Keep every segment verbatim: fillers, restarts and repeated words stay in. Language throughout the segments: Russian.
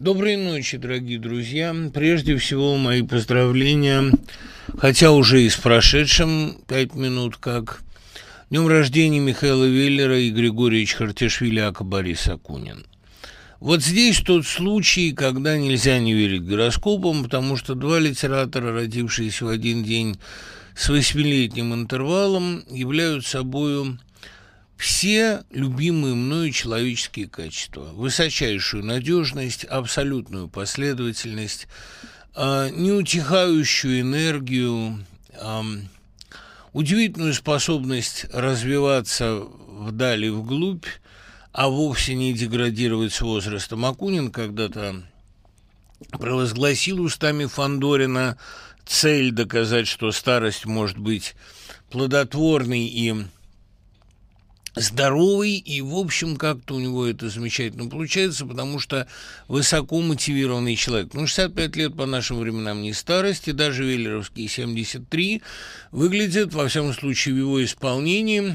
Доброй ночи, дорогие друзья. Прежде всего, мои поздравления, хотя уже и с прошедшим пять минут, как днем рождения Михаила Веллера и Григория Чхартишвили, ака Борис Акунин. Вот здесь тот случай, когда нельзя не верить гороскопам, потому что два литератора, родившиеся в один день с восьмилетним интервалом, являются собою все любимые мною человеческие качества: высочайшую надежность, абсолютную последовательность, неутихающую энергию, удивительную способность развиваться вдаль и вглубь, а вовсе не деградировать с возрастом. Акунин когда-то провозгласил устами Фандорина цель доказать, что старость может быть плодотворной и здоровый, и, в общем, как-то у него это замечательно получается, потому что высоко мотивированный человек. Ну, шестьдесят пять лет по нашим временам не старость, и даже веллеровские семьдесят три выглядят, во всяком случае, в его исполнении,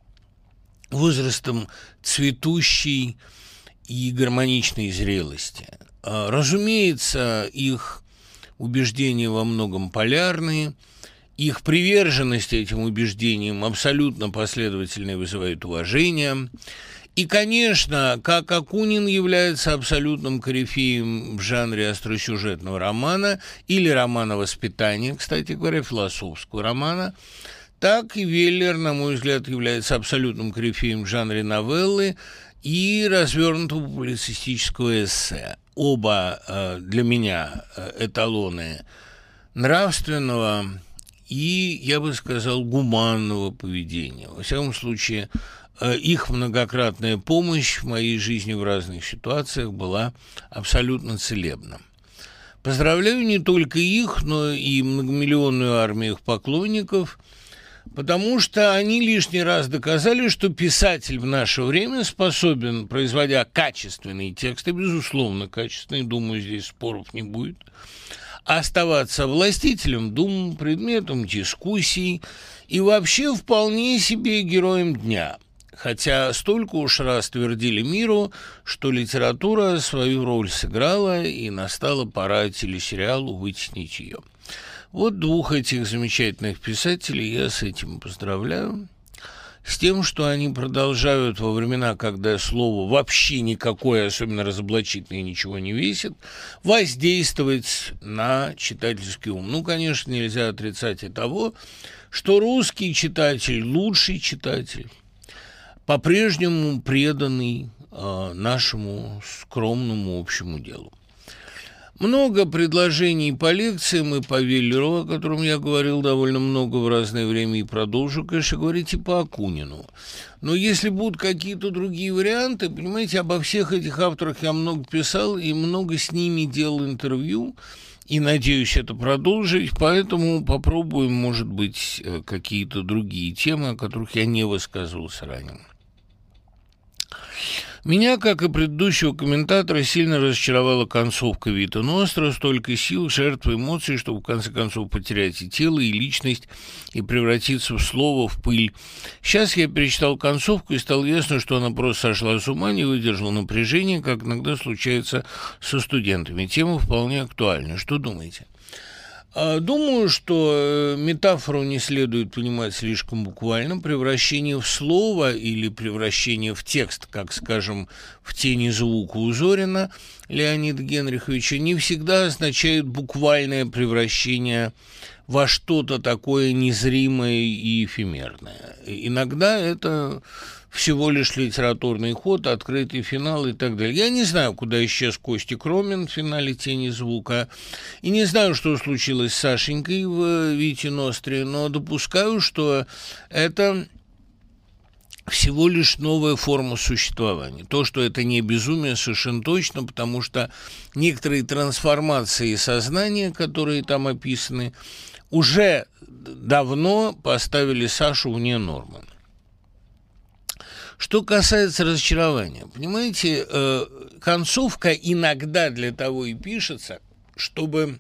возрастом цветущей и гармоничной зрелости. Разумеется, их убеждения во многом полярные. Их приверженность этим убеждениям абсолютно последовательной вызывает уважение. И, конечно, как Акунин является абсолютным корифеем в жанре остросюжетного романа или романа воспитания, кстати говоря, философского романа, так и Веллер, на мой взгляд, является абсолютным корифеем в жанре новеллы и развернутого публицистического эссе. Оба э, для меня эталоны нравственного и, я бы сказал, гуманного поведения. Во всяком случае, их многократная помощь в моей жизни в разных ситуациях была абсолютно целебна. Поздравляю не только их, но и многомиллионную армию их поклонников, потому что они лишний раз доказали, что писатель в наше время способен, производя качественные тексты, безусловно, качественные, думаю, здесь споров не будет, оставаться властителем дум, предметом дискуссий и вообще вполне себе героем дня. Хотя столько уж раз твердили миру, что литература свою роль сыграла, и настала пора телесериалу вытеснить ее. Вот двух этих замечательных писателей я с этим поздравляю. С тем, что они продолжают во времена, когда слово вообще никакое, особенно разоблачительное, ничего не весит, воздействовать на читательский ум. Ну, конечно, нельзя отрицать и того, что русский читатель, лучший читатель, по-прежнему преданный э, нашему скромному общему делу. Много предложений по лекциям и по Веллеру, о котором я говорил довольно много в разное время, и продолжу, конечно, говорить и по Акунину. Но если будут какие-то другие варианты, понимаете, обо всех этих авторах я много писал и много с ними делал интервью, и надеюсь это продолжить, поэтому попробуем, может быть, какие-то другие темы, о которых я не высказывался ранее. Меня, как и предыдущего комментатора, сильно разочаровала концовка Вита Ностра: столько сил, жертв, эмоций, чтобы в конце концов потерять и тело, и личность, и превратиться в слово, в пыль. Сейчас я перечитал концовку, и стало ясно, что она просто сошла с ума, не выдержала напряжения, как иногда случается со студентами. Тема вполне актуальна. Что думаете? Думаю, что метафору не следует понимать слишком буквально. Превращение в слово или превращение в текст, как, скажем, в «Тени звука» у Зорина Леонида Генриховича, не всегда означает буквальное превращение во что-то такое незримое и эфемерное. Иногда это всего лишь литературный ход, открытый финал и так далее. Я не знаю, куда исчез Костик Ромин в финале «Тени звука», и не знаю, что случилось с Сашенькой в «Вите Ностре», но допускаю, что это всего лишь новая форма существования. То, что это не безумие, совершенно точно, потому что некоторые трансформации сознания, которые там описаны, уже давно поставили Сашу вне нормы. Что касается разочарования, понимаете, э, концовка иногда для того и пишется, чтобы,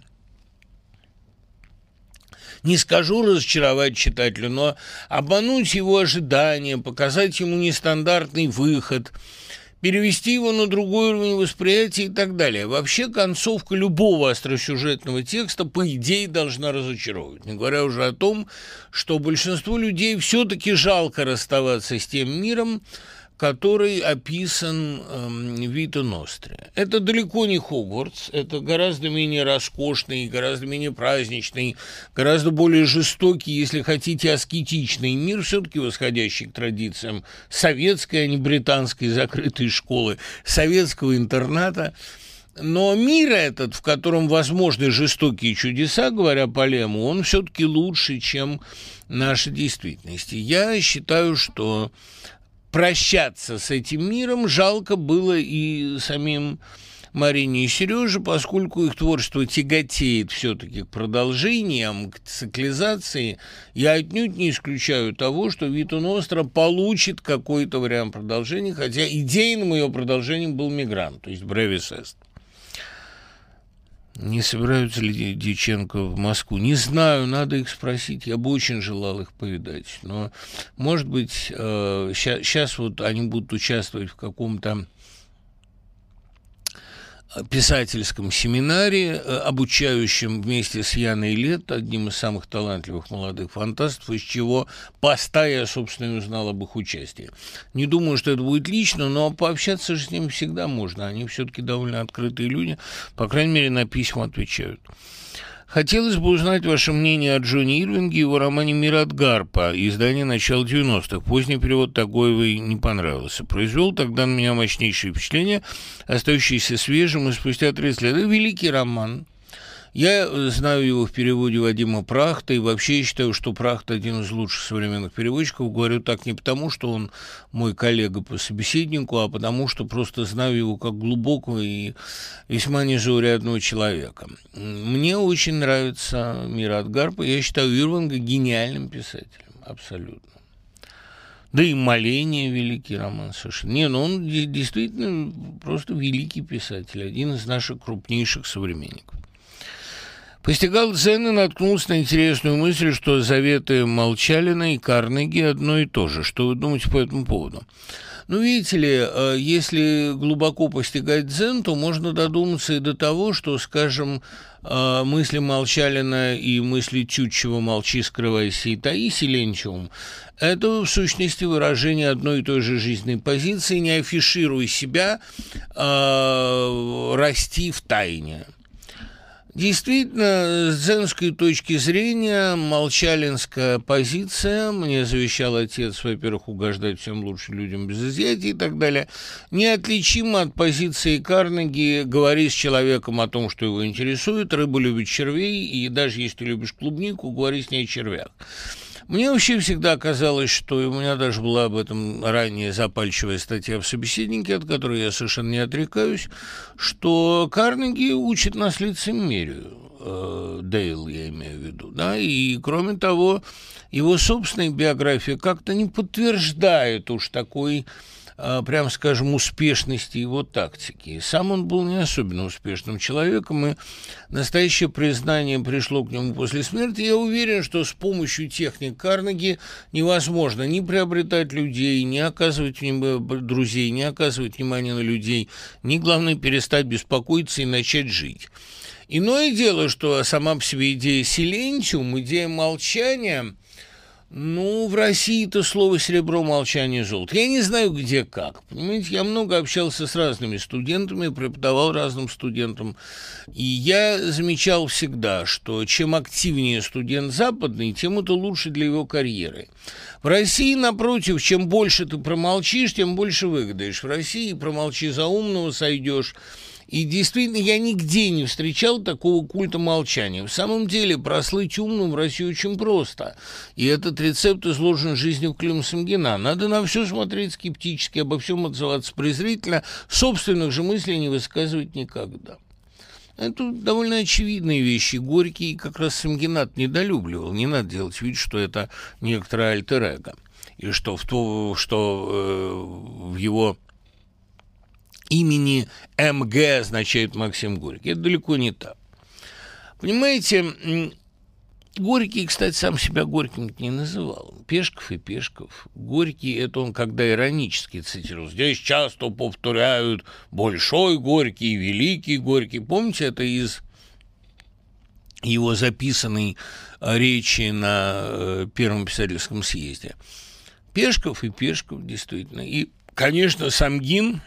не скажу разочаровать читателя, но обмануть его ожидания, показать ему нестандартный выход. перевести его на другой уровень восприятия и так далее. Вообще концовка любого остросюжетного текста, по идее, должна разочаровывать. Не говоря уже о том, что большинству людей все-таки жалко расставаться с тем миром, который описан э, Вита Ностре. Это далеко не Хогвартс, это гораздо менее роскошный, гораздо менее праздничный, гораздо более жестокий, если хотите, аскетичный мир, все-таки восходящий к традициям советской, а не британской закрытой школы, советского интерната. Но мир этот, в котором возможны жестокие чудеса, говоря по Лему, он все-таки лучше, чем наша действительность. И я считаю, что прощаться с этим миром жалко было и самим Марине и Сереже, поскольку их творчество тяготеет все-таки к продолжениям, к циклизации. Я отнюдь не исключаю того, что Вита Ностра получит какой-то вариант продолжения, хотя идейным ее продолжением был «Мигрант», то есть «Бревис Эст». Не собираются ли Дьяченко в Москву? Не знаю, надо их спросить. Я бы очень желал их повидать. Но, может быть, сейчас вот они будут участвовать в каком-то писательском семинаре, обучающем вместе с Яной Лет, одним из самых талантливых молодых фантастов, из чего поста я, собственно, и узнал об их участии. Не думаю, что это будет лично, но пообщаться же с ними всегда можно. Они все-таки довольно открытые люди, по крайней мере, на письма отвечают. Хотелось бы узнать ваше мнение о Джонни Ирвинге и его романе «Мир от Гарпа», издание начала девяностых. Поздний перевод Тагоевой не понравился. Произвел тогда на меня мощнейшее впечатление, остающееся свежим и спустя тридцать лет. Это великий роман. Я знаю его в переводе Вадима Прахта, и вообще я считаю, что Прахт один из лучших современных переводчиков. Говорю так не потому, что он мой коллега по собеседнику, а потому, что просто знаю его как глубокого и весьма незаурядного человека. Мне очень нравится «Мир от Гарпа». Я считаю Ирвинга гениальным писателем, абсолютно. Да и «Моление» — великий роман совершенно. Не, ну он действительно просто великий писатель, один из наших крупнейших современников. Постигал дзен и наткнулся на интересную мысль, что заветы Молчалина и Карнеги одно и то же. Что вы думаете по этому поводу? Ну, видите ли, если глубоко постигать дзен, то можно додуматься и до того, что, скажем, мысли Молчалина и мысли Тютчева «Молчи, скрывайся и таись» и Ленчевым – это, в сущности, выражение одной и той же жизненной позиции «не афишируй себя, а расти в тайне». Действительно, с дзенской точки зрения, молчалинская позиция, мне завещал отец, во-первых, угождать всем лучшим людям без изъятий и так далее, неотличима от позиции Карнеги «говори с человеком о том, что его интересует, рыба любит червей, и даже если ты любишь клубнику, говори с ней о червях». Мне вообще всегда казалось, что у меня даже была об этом ранее запальчивая статья в «Собеседнике», от которой я совершенно не отрекаюсь, что Карнеги учит нас лицемерию, э, Дейл я имею в виду, да, и, кроме того, его собственная биография как-то не подтверждает уж такой, прям скажем, успешности его тактики. Сам он был не особенно успешным человеком, и настоящее признание пришло к нему после смерти. Я уверен, что с помощью техник Карнеги невозможно ни приобретать людей, ни оказывать друзей, ни оказывать внимание на людей, ни, главное, перестать беспокоиться и начать жить. Иное дело, что сама по себе идея силентиум, идея молчания, ну, в России-то слово «серебро», молчание, золото. Я не знаю, где как. Понимаете, я много общался с разными студентами, преподавал разным студентам, и я замечал всегда, что чем активнее студент западный, тем это лучше для его карьеры. В России, напротив, чем больше ты промолчишь, тем больше выгодаешь. В России промолчи за умного, сойдешь. И действительно, я нигде не встречал такого культа молчания. В самом деле, прослыть умным в России очень просто. И этот рецепт изложен жизнью Клима Самгина. Надо на все смотреть скептически, обо всем отзываться презрительно, собственных же мыслей не высказывать никогда. Это довольно очевидные вещи. Горький как раз Самгина недолюбливал. Не надо делать вид, что это некоторое альтер-эго. И что в, то, что, э, в его имени эм гэ означает Максим Горький. Это далеко не так. Понимаете, Горький, кстати, сам себя Горьким не называл. Пешков и Пешков. Горький – это он, когда иронически цитировал. Здесь часто повторяют «большой Горький», «великий Горький». Помните, это из его записанной речи на Первом писательском съезде. Пешков и Пешков, действительно. И, конечно, Самгин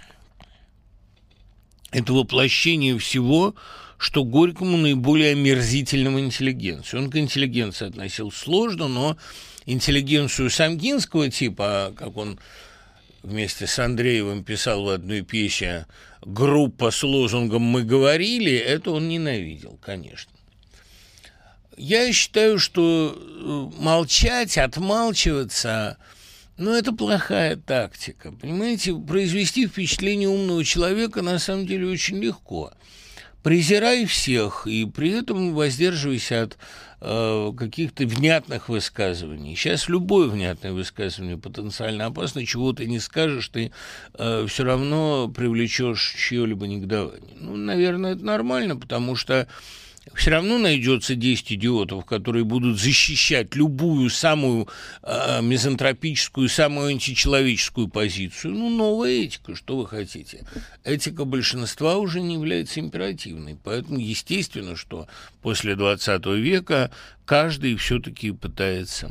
– это воплощение всего, что Горькому наиболее омерзительного интеллигенцию. Он к интеллигенции относился сложно, но интеллигенцию самгинского типа, как он вместе с Андреевым писал в одной пьесе «Группа с лозунгом «Мы говорили», это он ненавидел, конечно. Я считаю, что молчать, отмалчиваться, ну, это плохая тактика. Понимаете, произвести впечатление умного человека на самом деле очень легко. Презирай всех и при этом воздерживайся от э, каких-то внятных высказываний. Сейчас любое внятное высказывание потенциально опасно, чего ты не скажешь, ты э, все равно привлечешь чье-либо негодование. Ну, наверное, это нормально, потому что все равно найдется десять идиотов, которые будут защищать любую самую э, мизантропическую, самую античеловеческую позицию. Ну, новая этика, что вы хотите. Этика большинства уже не является императивной, поэтому естественно, что после двадцатого века каждый все-таки пытается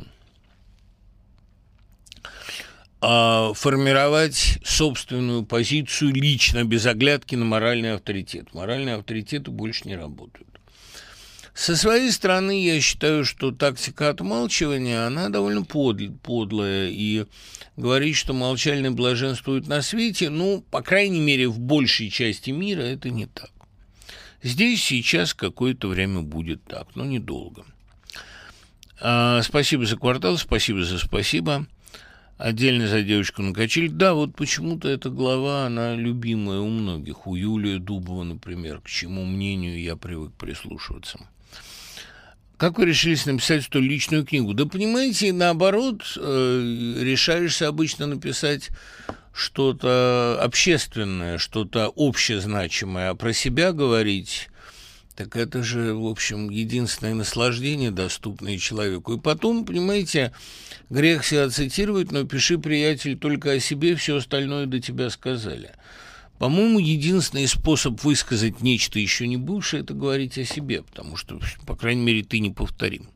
э, формировать собственную позицию лично, без оглядки на моральный авторитет. Моральные авторитеты больше не работают. Со своей стороны, я считаю, что тактика отмалчивания, она довольно подл- подлая, и говорить, что молчальный блаженствует на свете, ну, по крайней мере, в большей части мира это не так. Здесь сейчас какое-то время будет так, но недолго. А, спасибо за квартал, спасибо за спасибо. Отдельно за девочку на качель. Да, вот почему-то эта глава, она любимая у многих. У Юлии Дубова, например, к чему мнению я привык прислушиваться. Как вы решились написать столь личную книгу? Да, понимаете, наоборот, э, решаешься обычно написать что-то общественное, что-то общезначимое, а про себя говорить, так это же, в общем, единственное наслаждение, доступное человеку. И потом, понимаете, грех себя цитировать, но пиши, приятель, только о себе, все остальное до тебя сказали. По-моему, единственный способ высказать нечто еще не бывшее – это говорить о себе, потому что, по крайней мере, ты неповторим.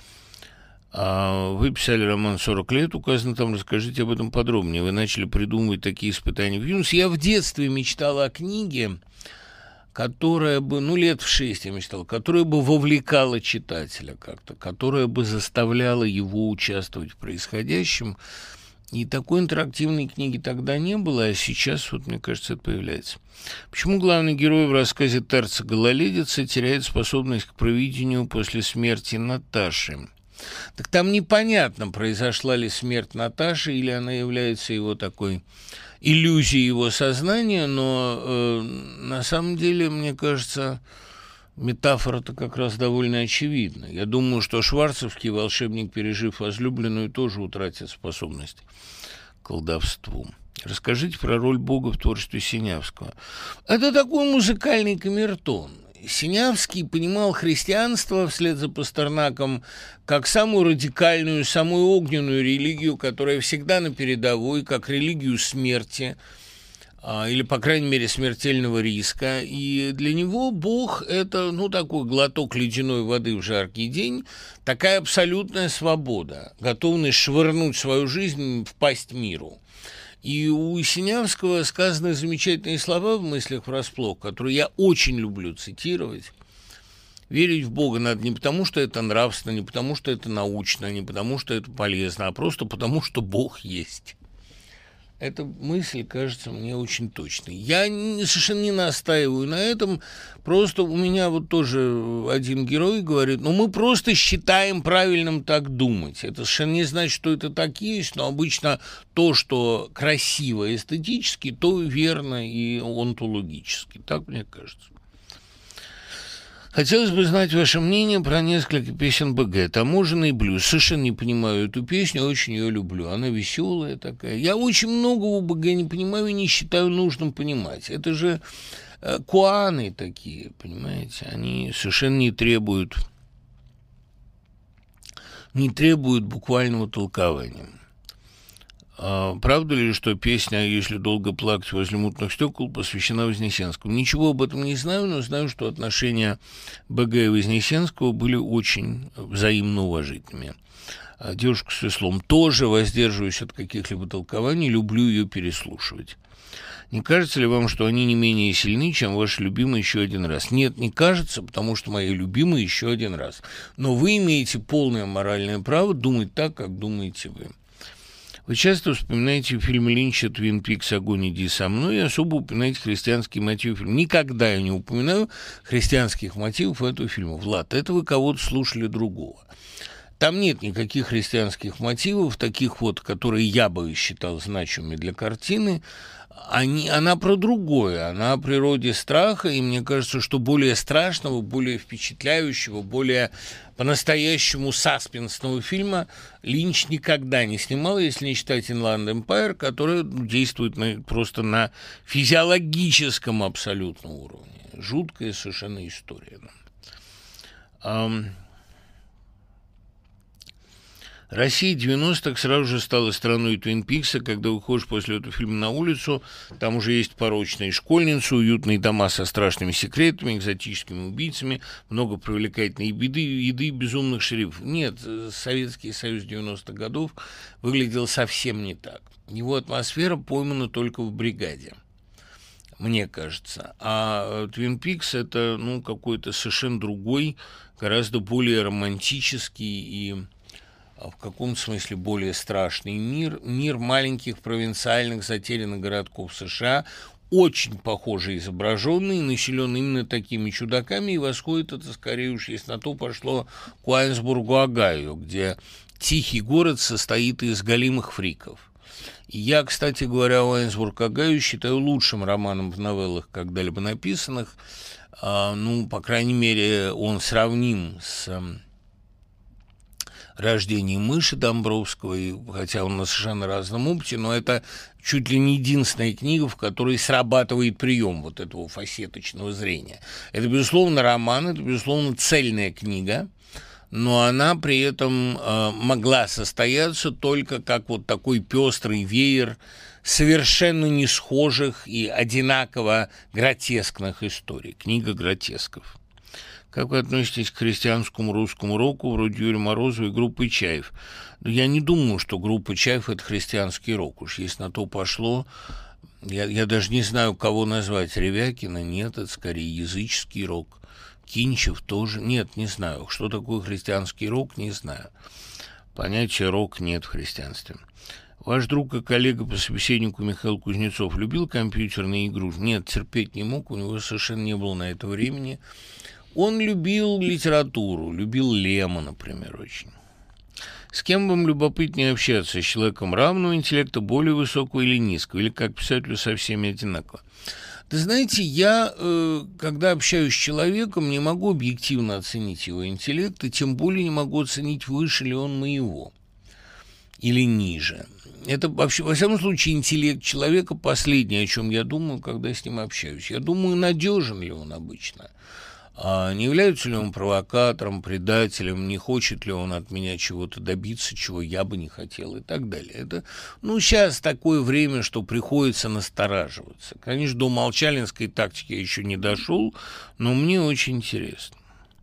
А вы писали роман «сорок лет», указано там, расскажите об этом подробнее. Вы начали придумывать такие испытания в юности. Я в детстве мечтала о книге, которая бы, ну, лет в шесть я мечтал, которая бы вовлекала читателя как-то, которая бы заставляла его участвовать в происходящем. И такой интерактивной книги тогда не было, а сейчас, вот, мне кажется, это появляется. Почему главный герой в рассказе Терца «Гололедица» теряет способность к провидению после смерти Наташи? Так там непонятно, произошла ли смерть Наташи, или она является его такой иллюзией его сознания, но э, на самом деле, мне кажется, метафора-то как раз довольно очевидна. Я думаю, что шварцевский волшебник, пережив возлюбленную, тоже утратит способность к колдовству. Расскажите про роль Бога в творчестве Синявского. Это такой музыкальный камертон. Синявский понимал христианство вслед за Пастернаком как самую радикальную, самую огненную религию, которая всегда на передовой, как религию смерти, или, по крайней мере, смертельного риска. И для него Бог – это, ну, такой глоток ледяной воды в жаркий день, такая абсолютная свобода, готовность швырнуть свою жизнь в пасть миру. И у Синявского сказаны замечательные слова в «Мыслях врасплох», которые я очень люблю цитировать. Верить в Бога надо не потому, что это нравственно, не потому, что это научно, не потому, что это полезно, а просто потому, что Бог есть. Эта мысль кажется мне очень точной. Я не, совершенно не настаиваю на этом. Просто у меня вот тоже один герой говорит, ну, мы просто считаем правильным так думать. Это совершенно не значит, что это так есть, но обычно то, что красиво эстетически, то верно и онтологически. Так мне кажется. Хотелось бы знать ваше мнение про несколько песен БГ. «Таможенный блюз». Совершенно не понимаю эту песню, очень ее люблю. Она веселая такая. Я очень много у БГ не понимаю и не считаю нужным понимать. Это же э, куаны такие, понимаете? Они совершенно не требуют не требуют буквального толкования. А правда ли, что песня «Если долго плакать возле мутных стекол» посвящена Вознесенскому? Ничего об этом не знаю, но знаю, что отношения БГ и Вознесенского были очень взаимно уважительными. А девушка с веслом тоже, воздерживаюсь от каких-либо толкований, люблю ее переслушивать. Не кажется ли вам, что они не менее сильны, чем ваши любимые «Еще один раз»? Нет, не кажется, потому что мои любимые «Еще один раз». Но вы имеете полное моральное право думать так, как думаете вы. Вы часто вспоминаете фильм Линча «Твин Пикс. Огонь, иди со мной» и особо упоминаете христианские мотивы фильма. Никогда я не упоминаю христианских мотивов этого фильма. Влад, это вы кого-то слушали другого. Там нет никаких христианских мотивов, таких вот, которые я бы считал значимыми для картины. Они, она про другое, она о природе страха, и мне кажется, что более страшного, более впечатляющего, более по-настоящему саспенсного фильма Линч никогда не снимал, если не считать Inland Empire, который действует на, просто на физиологическом абсолютном уровне. Жуткая совершенно история. Россия девяностых сразу же стала страной Твин Пикса. Когда выходишь после этого фильма на улицу, там уже есть порочные школьницы, уютные дома со страшными секретами, экзотическими убийцами, много привлекательной еды, еды безумных шерифов. Нет, Советский Союз девяностых годов выглядел совсем не так. Его атмосфера поймана только в «Бригаде», мне кажется. А Твин Пикс – это ну, какой-то совершенно другой, гораздо более романтический и в каком-то смысле более страшный мир, мир маленьких провинциальных затерянных городков США, очень похоже изображенный, населенный именно такими чудаками, и восходит это скорее уж, если на то пошло, к Уайнсбургу, Огайо, где тихий город состоит из голимых фриков. И я, кстати говоря, Уайнсбург, Огайо считаю лучшим романом в новеллах, когда-либо написанных. А, ну, по крайней мере, он сравним с «Рождение мыши» Домбровского, и, хотя он на совершенно разном опыте, но это чуть ли не единственная книга, в которой срабатывает прием вот этого фасеточного зрения. Это, безусловно, роман, это, безусловно, цельная книга, но она при этом э, могла состояться только как вот такой пестрый веер совершенно не схожих и одинаково гротескных историй. Книга гротесков. Как вы относитесь к христианскому русскому року, вроде Юрия Морозова и группы «Чаев»? Но я не думаю, что группа «Чаев» — это христианский рок. Уж если на то пошло, я, я даже не знаю, кого назвать. Ревякина? Нет, это скорее языческий рок. Кинчев тоже? Нет, не знаю. Что такое христианский рок? Не знаю. Понятия рок нет в христианстве. Ваш друг и коллега по собеседнику Михаил Кузнецов любил компьютерные игры? Нет, терпеть не мог, у него совершенно не было на это времени. Он любил литературу, любил Лема, например, очень. С кем вам любопытнее общаться? С человеком равного интеллекта, более высокого или низкого? Или как писателю со всеми одинаково? Да знаете, я, э, когда общаюсь с человеком, не могу объективно оценить его интеллект, и тем более не могу оценить, выше ли он моего или ниже. Это вообще, во всяком случае, интеллект человека последнее, о чем я думаю, когда с ним общаюсь. Я думаю, надежен ли он обычно. А не является ли он провокатором, предателем, не хочет ли он от меня чего-то добиться, чего я бы не хотел и так далее. Это, ну, сейчас такое время, что приходится настораживаться. Конечно, до молчалинской тактики я еще не дошел, но мне очень интересно.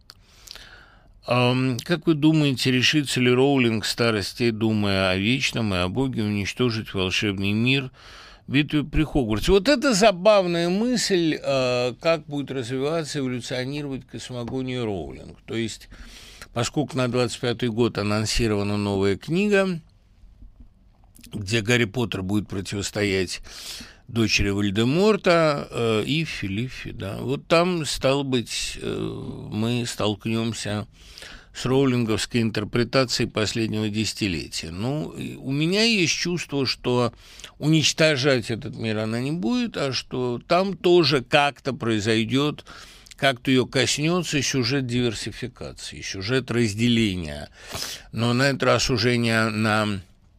А, как вы думаете, решится ли Роулинг старости, думая о вечном и о Боге, уничтожить волшебный мир битвы при Хогвартсе? Вот это забавная мысль, как будет развиваться, эволюционировать космогония Роулинг. То есть, поскольку на двадцать пятый год анонсирована новая книга, где Гарри Поттер будет противостоять дочери Вальдеморта э, и Филиффе, да, вот там, стало быть, э, мы столкнемся с роулинговской интерпретацией последнего десятилетия. Ну, у меня есть чувство, что уничтожать этот мир она не будет, а что там тоже как-то произойдет, как-то ее коснется сюжет диверсификации, сюжет разделения. Но на этот раз уже не на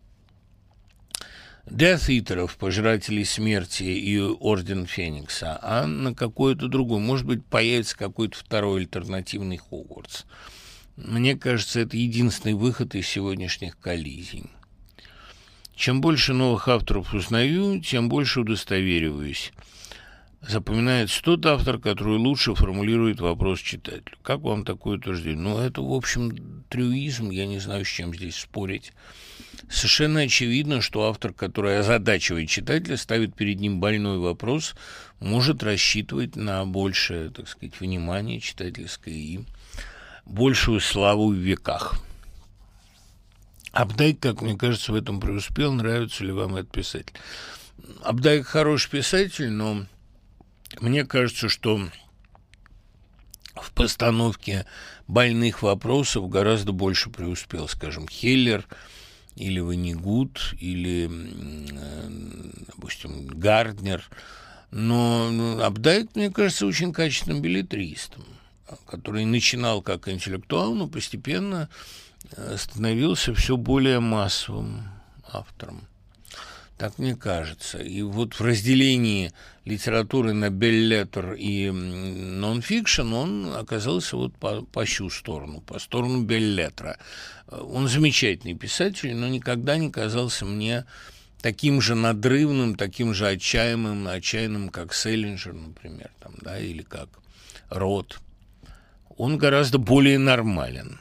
Death Eater'ов, пожирателей смерти и Орден Феникса, а на какой-то другой. Может быть, появится какой-то второй альтернативный Хогвартс. Мне кажется, это единственный выход из сегодняшних коллизий. Чем больше новых авторов узнаю, тем больше удостовериваюсь. Запоминается тот автор, который лучше формулирует вопрос читателю. Как вам такое утверждение? Ну, это, в общем, трюизм, я не знаю, с чем здесь спорить. Совершенно очевидно, что автор, который озадачивает читателя, ставит перед ним больной вопрос, может рассчитывать на большее, так сказать, внимание читательское и большую славу в веках. Абдайк, как мне кажется, в этом преуспел. Нравится ли вам этот писатель? Абдайк хороший писатель, но мне кажется, что в постановке больных вопросов гораздо больше преуспел, скажем, Хеллер или Ванигут, или, допустим, Гарднер. Но Абдайк, мне кажется, очень качественным беллетристом, который начинал как интеллектуал, но постепенно становился все более массовым автором. Так мне кажется. И вот в разделении литературы на беллетр и нон-фикшн он оказался вот по, по сю сторону, по сторону беллетра. Он замечательный писатель, но никогда не казался мне таким же надрывным, таким же отчаянным, отчаянным, как Селлинджер, например, там, да, или как Рот. Он гораздо более нормален.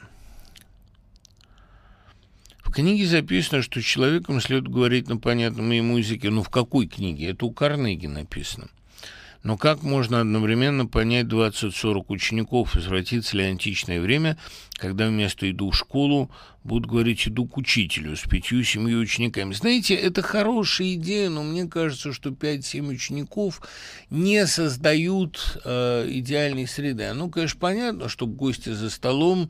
В книге записано, что человеком следует говорить на понятном ему языке. Ну, в какой книге? Это у Карнеги написано. Но как можно одновременно понять двадцать-сорок учеников, извратится ли античное время, когда вместо «иду в школу» будут говорить «иду к учителю» с пятью-семью учениками? Знаете, это хорошая идея, но мне кажется, что пять-семь учеников не создают э, идеальной среды. Ну, конечно, понятно, что гости за столом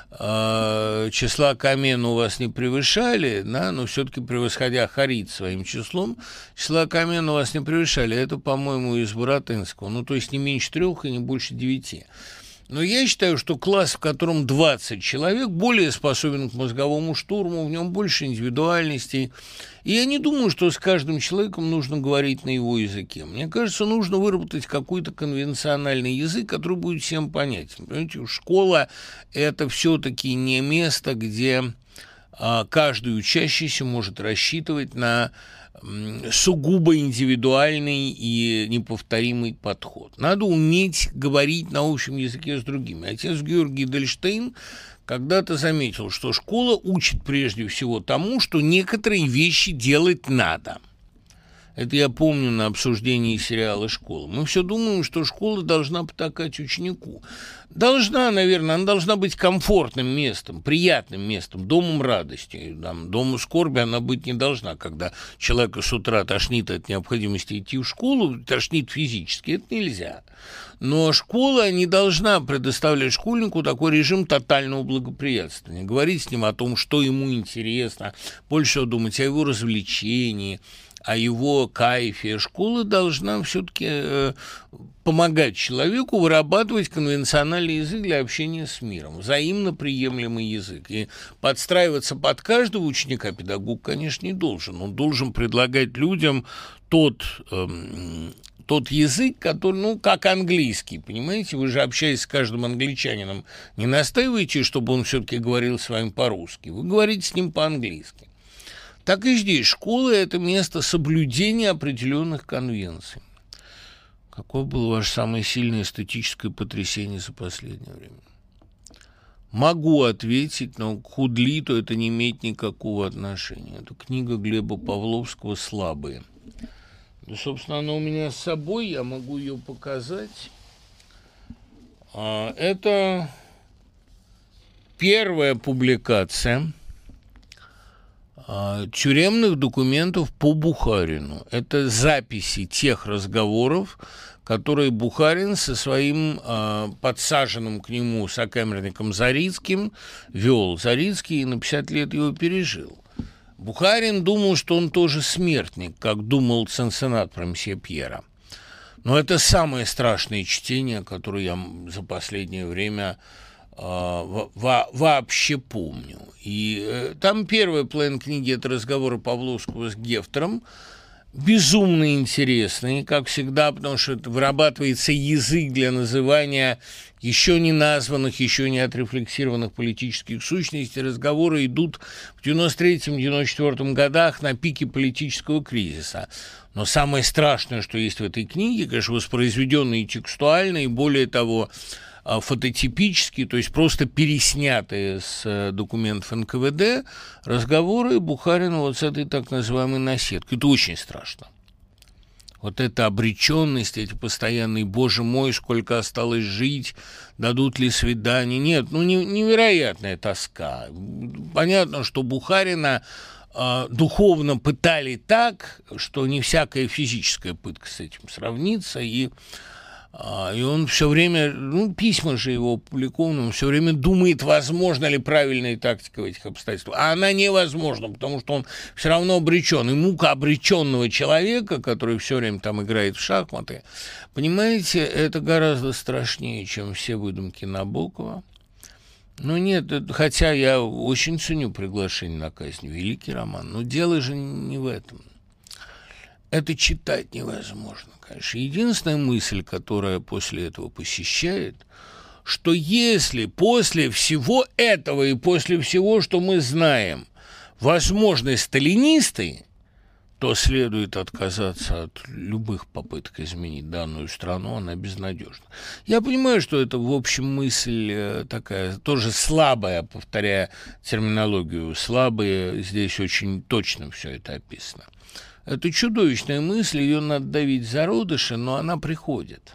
числа Камена у вас не превышали, да, но все-таки превосходя Харит своим числом, числа Камена у вас не превышали. Это, по-моему, из Буратинского. Ну, то есть не меньше трех и не больше девяти. Но я считаю, что класс, в котором двадцать человек, более способен к мозговому штурму, в нем больше индивидуальностей. И я не думаю, что с каждым человеком нужно говорить на его языке. Мне кажется, нужно выработать какой-то конвенциональный язык, который будет всем понятен. Понимаете, школа – это все-таки не место, где а, каждый учащийся может рассчитывать на сугубо индивидуальный и неповторимый подход. Надо уметь говорить на общем языке с другими. Отец Георгий Эдельштейн когда-то заметил, что школа учит прежде всего тому, что некоторые вещи делать надо. Это я помню на обсуждении сериала «Школа». Мы все думаем, что школа должна потакать ученику. Должна, наверное, она должна быть комфортным местом, приятным местом, домом радости. Там, домом скорби она быть не должна, когда человека с утра тошнит от необходимости идти в школу, тошнит физически, это нельзя. Но школа не должна предоставлять школьнику такой режим тотального благоприятствования. Говорить с ним о том, что ему интересно, больше всего думать о его развлечении, о его кайфе. Школа должна все-таки э, помогать человеку вырабатывать конвенциональный язык для общения с миром, взаимно приемлемый язык. И подстраиваться под каждого ученика педагог, конечно, не должен. Он должен предлагать людям тот, э, тот язык, который, ну, как английский, понимаете? Вы же, общаясь с каждым англичанином, не настаиваете, чтобы он все-таки говорил с вами по-русски. Вы говорите с ним по-английски. Так и здесь. Школа – это место соблюдения определенных конвенций. Какое было ваше самое сильное эстетическое потрясение за последнее время? Могу ответить, но к Худлиту это не имеет никакого отношения. Это книга Глеба Павловского «Слабые». Да, собственно, она у меня с собой, я могу ее показать. Это первая публикация тюремных документов по Бухарину. Это записи тех разговоров, которые Бухарин со своим э, подсаженным к нему сокамерником Зарицким вел. Зарицкий на пятьдесят лет его пережил. Бухарин думал, что он тоже смертник, как думал Сенсенат про мсье Пьера. Но это самое страшное чтение, которое я за последнее время Во- вообще помню. И э, там первая половина книги – это разговоры Павловского с Гефтером. безумно интересные, как всегда, потому что вырабатывается язык для называния еще не названных, еще не отрефлексированных политических сущностей. Разговоры идут в девяносто третьем — девяносто четвёртом годах на пике политического кризиса. Но самое страшное, что есть в этой книге, конечно, воспроизведенные текстуально и, более того, фототипические, то есть просто переснятые с документов эн ка вэ дэ, разговоры Бухарина вот с этой так называемой наседкой. Это очень страшно. Вот эта обреченность, эти постоянные «Боже мой, сколько осталось жить, дадут ли свидание?» Нет, ну не, невероятная тоска. Понятно, что Бухарина э, духовно пытали так, что не всякая физическая пытка с этим сравнится, и И он все время, ну, письма же его опубликованы, он все время думает, возможно ли правильная тактика в этих обстоятельствах. А она невозможна, потому что он все равно обречен. И мука обреченного человека, который все время там играет в шахматы, понимаете, это гораздо страшнее, чем все выдумки Набокова. Ну нет, это, хотя я очень ценю «Приглашение на казнь», великий роман, но дело же не в этом. Это читать невозможно, конечно. Единственная мысль, которая после этого посещает, что если после всего этого и после всего, что мы знаем, возможны сталинисты, то следует отказаться от любых попыток изменить данную страну, она безнадежна. Я понимаю, что это, в общем, мысль такая, тоже слабая, повторяя терминологию, слабая, здесь очень точно все это описано. Это чудовищная мысль, ее надо давить в зародыши, но она приходит.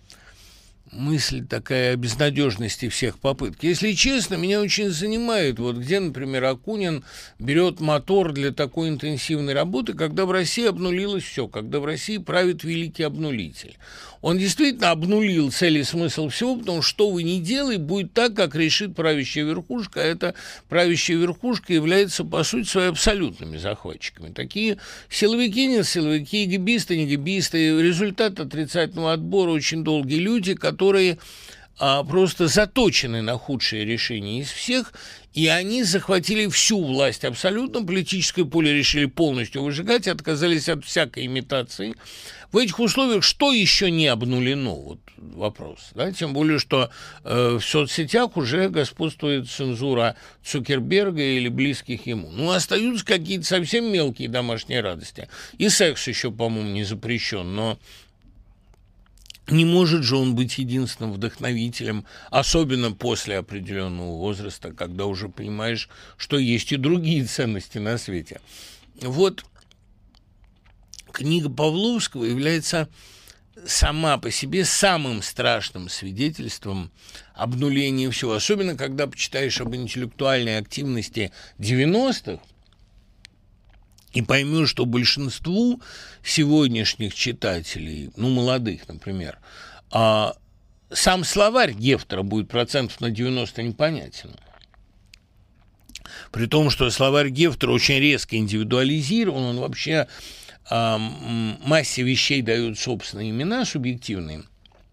Мысль такая о безнадежности всех попыток. Если честно, меня очень занимает, вот где, например, Акунин берет мотор для такой интенсивной работы, когда в России обнулилось все, когда в России правит великий обнулитель. Он действительно обнулил цель и смысл всего, потому что что вы ни делай, будет так, как решит правящая верхушка, а эта правящая верхушка является, по сути своей, абсолютными захватчиками. Такие силовики, не силовики, гибисты, не гибисты, результат отрицательного отбора очень долгие люди, которые а, просто заточены на худшие решения из всех, и они захватили всю власть абсолютно, политическое поле решили полностью выжигать, отказались от всякой имитации. В этих условиях что еще не обнулено? Вот вопрос. Да? Тем более, что э, в соцсетях уже господствует цензура Цукерберга или близких ему. Ну, остаются какие-то совсем мелкие домашние радости. И секс еще, по-моему, не запрещен, но не может же он быть единственным вдохновителем, особенно после определенного возраста, когда уже понимаешь, что есть и другие ценности на свете. Вот книга Павловского является сама по себе самым страшным свидетельством обнуления всего. Особенно, когда почитаешь об интеллектуальной активности девяностых, и поймешь, что большинству сегодняшних читателей, ну, молодых, например, а, сам словарь Гефтера будет процентов на девяносто непонятен. При том, что словарь Гефтера очень резко индивидуализирован, он вообще а, массе вещей дает собственные имена, субъективные,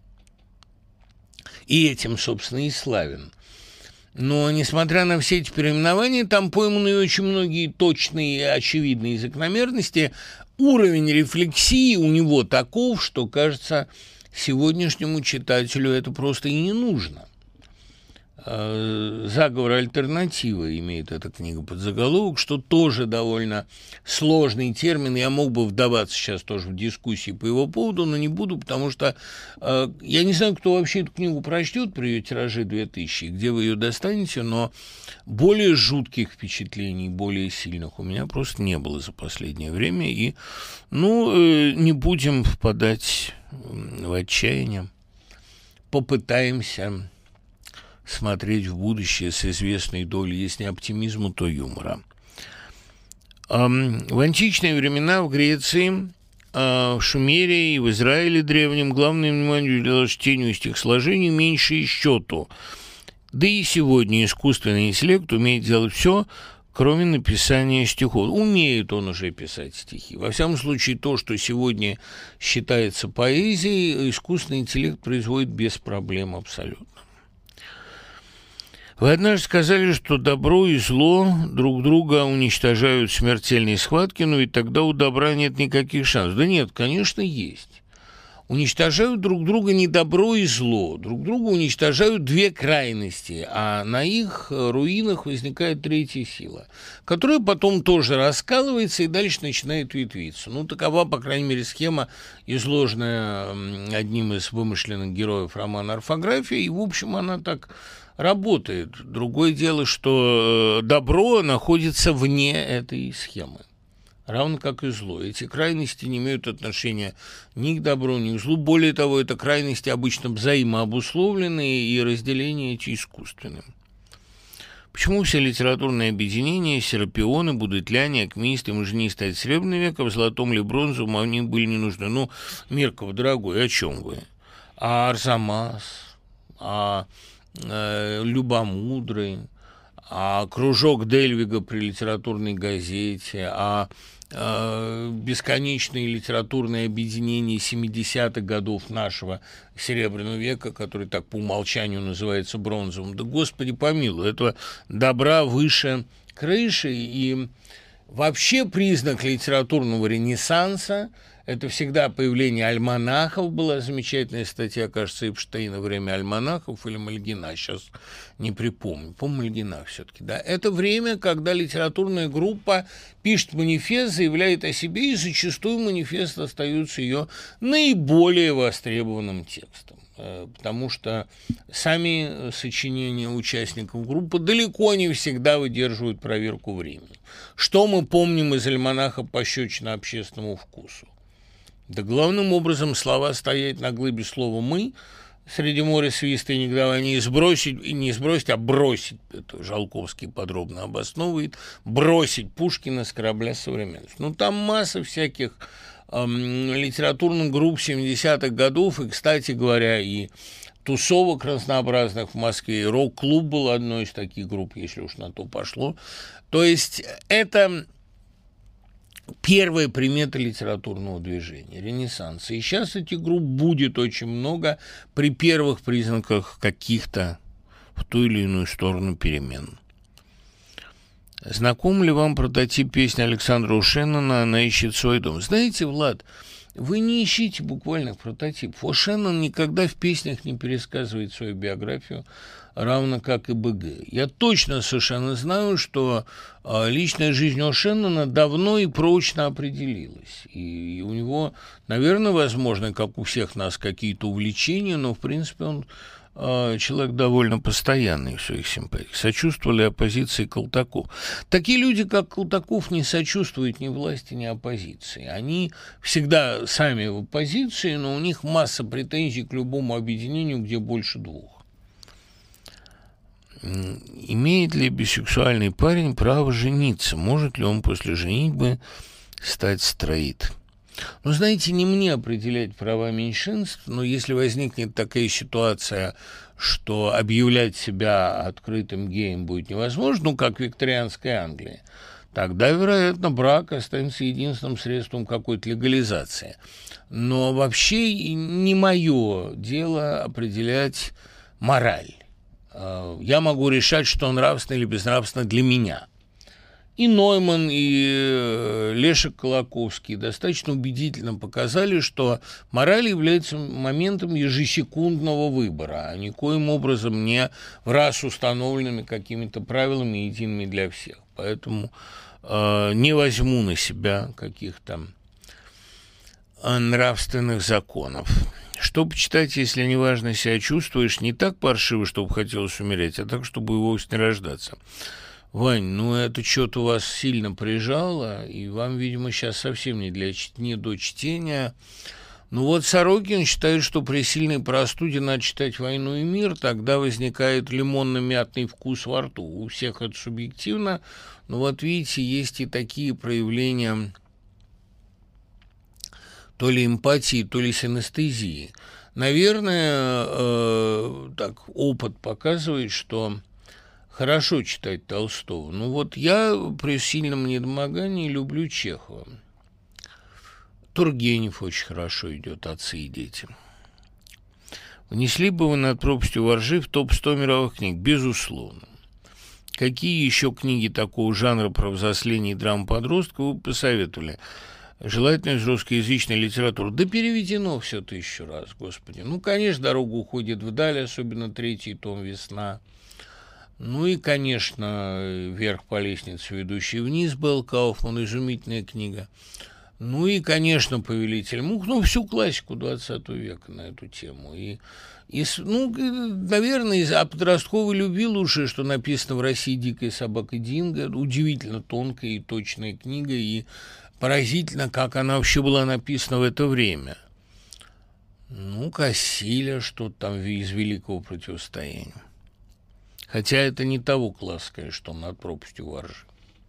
и этим, собственно, и славен. Но, несмотря на все эти переименования, там пойманы очень многие точные и очевидные закономерности. Уровень рефлексии у него таков, что, кажется, сегодняшнему читателю это просто и не нужно. «Заговор альтернативы» имеет эта книга под заголовок, что тоже довольно сложный термин. Я мог бы вдаваться сейчас тоже в дискуссии по его поводу, но не буду, потому что э, я не знаю, кто вообще эту книгу прочтет при ее тираже две тысячи, где вы ее достанете, но более жутких впечатлений, более сильных у меня просто не было за последнее время. И, ну, э, не будем впадать в отчаяние, попытаемся смотреть в будущее с известной долей, если не оптимизма, то юмора. В античные времена в Греции, в Шумере и в Израиле древнем главное внимание уделялось чтению стихосложений меньше и счету. Да и сегодня искусственный интеллект умеет делать все, кроме написания стихов. Умеет он уже писать стихи. Во всяком случае, то, что сегодня считается поэзией, искусственный интеллект производит без проблем абсолютно. Вы однажды сказали, что добро и зло друг друга уничтожают в смертельной схватке, но ведь тогда у добра нет никаких шансов. Да нет, конечно, есть. Уничтожают друг друга не добро и зло, друг друга уничтожают две крайности, а на их руинах возникает третья сила, которая потом тоже раскалывается и дальше начинает ветвиться. Ну, такова, по крайней мере, схема, изложенная одним из вымышленных героев романа «Орфография», и, в общем, она так работает. Другое дело, что добро находится вне этой схемы, равно как и зло. Эти крайности не имеют отношения ни к добру, ни к злу. Более того, это крайности обычно взаимообусловленные, и разделения эти искусственные. Почему все литературные объединения, серапионы, будетляне, акмеисты, маженисты от Серебряного века в золотом или бронзовом они были не нужны? Ну, Мирков, дорогой, о чем вы? А Арзамас, а э, Любомудрый, а кружок Дельвига при литературной газете, а э, бесконечные литературные объединения семидесятых годов нашего Серебряного века, который так по умолчанию называется бронзовым. Да, Господи помилуй, этого добра выше крыши. И вообще признак литературного ренессанса – это всегда появление альманахов. Была замечательная статья, кажется, Эпштейна «Время альманахов» или Мальгина, сейчас не припомню, по-моему, Мальгина все-таки, да. Это время, когда литературная группа пишет манифест, заявляет о себе, и зачастую манифест остается ее наиболее востребованным текстом, потому что сами сочинения участников группы далеко не всегда выдерживают проверку времени. Что мы помним из альманаха «Пощечина общественному вкусу»? Да главным образом слова «стоять на глыбе» слова «мы» среди моря свиста и негодования, и сбросить, и не сбросить, а бросить, это Жалковский подробно обосновывает, бросить Пушкина с корабля современности. Ну, там масса всяких эм, литературных групп семидесятых годов, и, кстати говоря, и тусовок разнообразных в Москве, и рок-клуб был одной из таких групп, если уж на то пошло. То есть это первая примета литературного движения, ренессанса. И сейчас этих групп будет очень много при первых признаках каких-то в ту или иную сторону перемен. Знаком ли вам прототип песни Александра Ушеннона «Она ищет свой дом»? Знаете, Влад, вы не ищите буквальных прототипов. Ушеннон никогда в песнях не пересказывает свою биографию, равно как и БГ. Я точно совершенно знаю, что э, личная жизнь Ушеннона давно и прочно определилась. И, и у него, наверное, возможно, как у всех нас, какие-то увлечения, но, в принципе, он э, человек довольно постоянный в своих симпатиях. Сочувствовали оппозиции Колтаку. Такие люди, как Колтаков, не сочувствуют ни власти, ни оппозиции. Они всегда сами в оппозиции, но у них масса претензий к любому объединению, где больше двух. Имеет ли бисексуальный парень право жениться? Может ли он после женитьбы стать стрейт? Ну, знаете, не мне определять права меньшинств, но если возникнет такая ситуация, что объявлять себя открытым геем будет невозможно, ну, как в викторианской Англии, тогда, вероятно, брак останется единственным средством какой-то легализации. Но вообще не мое дело определять мораль. Я могу решать, что нравственно или безнравственно для меня. И Нойман, и Лешек Колоковский достаточно убедительно показали, что мораль является моментом ежесекундного выбора, а никоим образом не в раз установленными какими-то правилами, едиными для всех. Поэтому э, не возьму на себя каких-то нравственных законов. Что почитать, если неважно себя чувствуешь, не так паршиво, чтобы хотелось умереть, а так, чтобы и вовсе не рождаться? Вань, ну это что-то у вас сильно прижало, и вам, видимо, сейчас совсем не, для, не до чтения. Ну вот Сорокин считает, что при сильной простуде надо читать «Войну и мир», тогда возникает лимонно-мятный вкус во рту. У всех это субъективно, но вот видите, есть и такие проявления то ли эмпатии, то ли синестезии. Наверное, э, так опыт показывает, что хорошо читать Толстого. Ну вот я при сильном недомогании люблю Чехова. Тургенев очень хорошо идет, «Отцы и дети». Внесли бы вы «Над пропастью воржи» в топ сто мировых книг? Безусловно. какие еще книги такого жанра про взросление и драму подростков вы посоветовали? Желательно из русскоязычной литературы. Да переведено все тысячу раз, господи. Ну, конечно, «Дорога уходит вдаль», особенно третий том «Весна». Ну и, конечно, «Вверх по лестнице, ведущей вниз» Белл Кауфман, изумительная книга. Ну и, конечно, «Повелитель мух», ну, всю классику двадцатого века на эту тему. И, и ну, наверное, о подростковой любви лучшее, что написано в России, «Дикая собака Динго». Удивительно тонкая и точная книга, и поразительно, как она вообще была написана в это время. Ну, Кассиля, что-то там из «Великого противостояния». Хотя это не того класса, конечно, что «Над пропастью во ржи».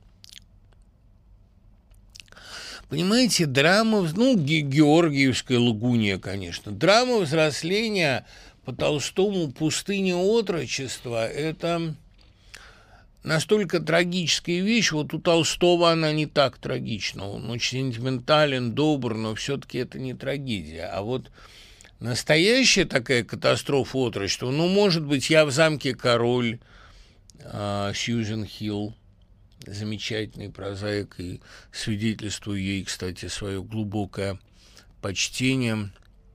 Понимаете, драма, ну, Георгиевская «Лагуния», конечно. Драма взросления по Толстому «Пустыня отрочества» – это настолько трагическая вещь. Вот у Толстого она не так трагична. Он очень сентиментален, добр, но все-таки это не трагедия. А вот настоящая такая катастрофа отрочества, ну, может быть, «Я в замке король», э, Сьюзен Хилл, замечательный прозаик, и свидетельствую ей, кстати, свое глубокое почтение.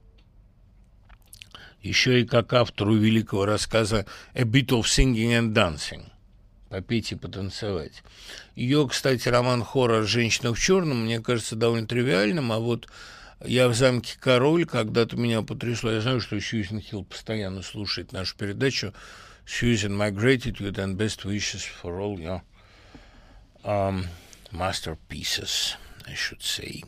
Еще и как автору великого рассказа «A bit of singing and dancing», «Попеть и потанцевать». Ее, кстати, роман «Хоррор. Женщина в черном» мне кажется довольно тривиальным, а вот «Я в замке король» когда-то меня потрясло. Я знаю, что Сьюзен Хилл постоянно слушает нашу передачу. Сьюзен, my gratitude and best wishes for all your um, masterpieces, I should say.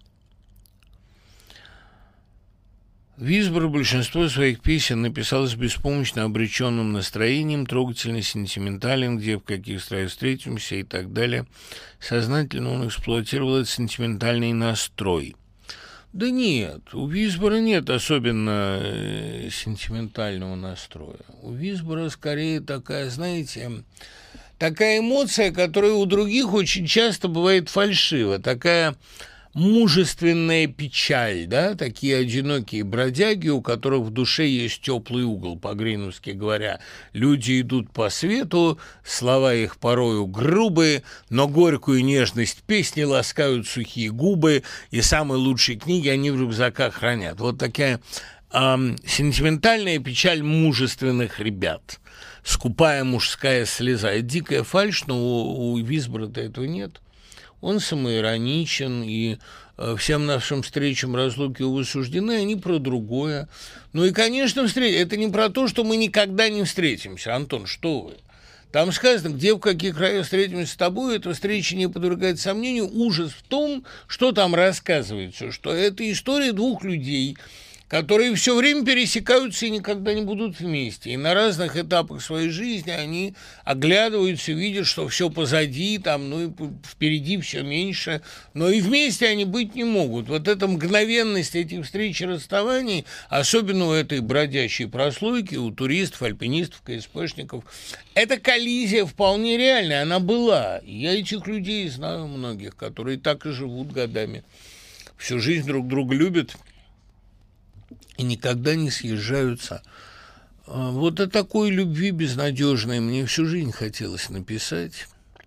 Висбор большинство своих песен написал с беспомощно обреченным настроением, трогательно сентиментален, где в каких строях встретимся и так далее. Сознательно он эксплуатировал этот сентиментальный настрой. Да нет, у Висбора нет особенно э, сентиментального настроя. У Висбора скорее такая, знаете, такая эмоция, которая у других очень часто бывает фальшива, такая мужественная печаль, да, такие одинокие бродяги, у которых в душе есть теплый угол, по-гриневски говоря. Люди идут по свету, слова их порою грубые, но горькую нежность песни ласкают сухие губы, и самые лучшие книги они в рюкзаках хранят. Вот такая эм, сентиментальная печаль мужественных ребят. Скупая мужская слеза. Это дикая фальшь, но у, у Висбора-то этого нет. Он самоироничен, и э, всем нашим встречам, разлуки, увы, суждены, они про другое. Ну и, конечно, встреч... это не про то, что мы никогда не встретимся. Антон, что вы? Там сказано, где, в каких краях встретимся с тобой, эта встреча не подвергает сомнению. Ужас в том, что там рассказывается, что это история двух людей, которые все время пересекаются и никогда не будут вместе. И на разных этапах своей жизни они оглядываются, видят, что все позади, там, ну и впереди все меньше, но и вместе они быть не могут. Вот эта мгновенность этих встреч и расставаний, особенно у этой бродячей прослойки, у туристов, альпинистов, КСПшников, эта коллизия вполне реальная, она была. Я этих людей знаю многих, которые так и живут годами. Всю жизнь друг друга любят и никогда не съезжаются. Вот о такой любви безнадежной мне всю жизнь хотелось написать.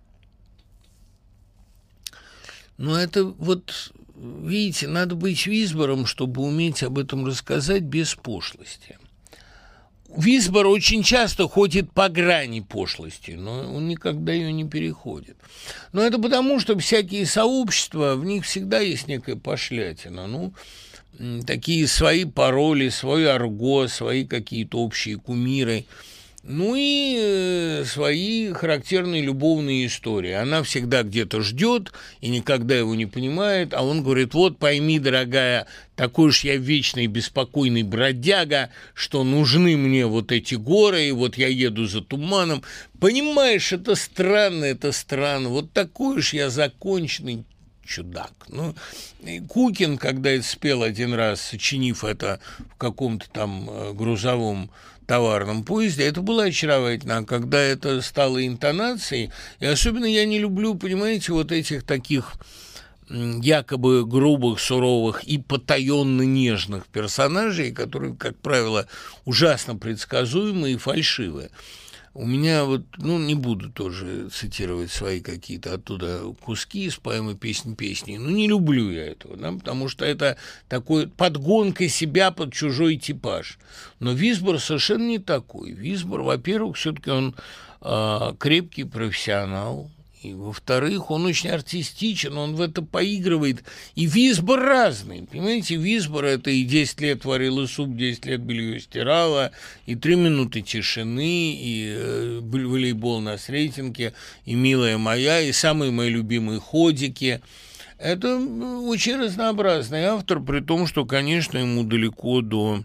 Но это вот, видите, надо быть Висбором, чтобы уметь об этом рассказать без пошлости. Висбор очень часто ходит по грани пошлости, но он никогда ее не переходит. Но это потому, что всякие сообщества, в них всегда есть некая пошлятина. Ну, такие свои пароли, свой арго, свои какие-то общие кумиры, ну и э, свои характерные любовные истории. Она всегда где-то ждет и никогда его не понимает, а он говорит: вот пойми, дорогая, такой уж я вечный беспокойный бродяга, что нужны мне вот эти горы, и вот я еду за туманом. Понимаешь, это странно, это странно, вот такой уж я законченный чудак. Ну, Кукин, когда это спел один раз, сочинив это в каком-то там грузовом товарном поезде, это было очаровательно. А когда это стало интонацией, и особенно я не люблю, понимаете, вот этих таких якобы грубых, суровых и потаенно нежных персонажей, которые, как правило, ужасно предсказуемые и фальшивые. У меня вот, ну, не буду тоже цитировать свои какие-то оттуда куски из поэмы «Песнь песни», но не люблю я этого, да, потому что это такой подгонка себя под чужой типаж. Но Висбор совершенно не такой. Висбор, во-первых, все-таки он э, крепкий профессионал, и, во-вторых, он очень артистичен, он в это поигрывает. И Висбор разный, понимаете? Висбор – это и десять лет варила суп, десять лет белье стирала, и три минуты тишины, и э, волейбол на Сретенке, и «Милая моя», и самые мои любимые ходики. Это очень разнообразный автор, при том, что, конечно, ему далеко до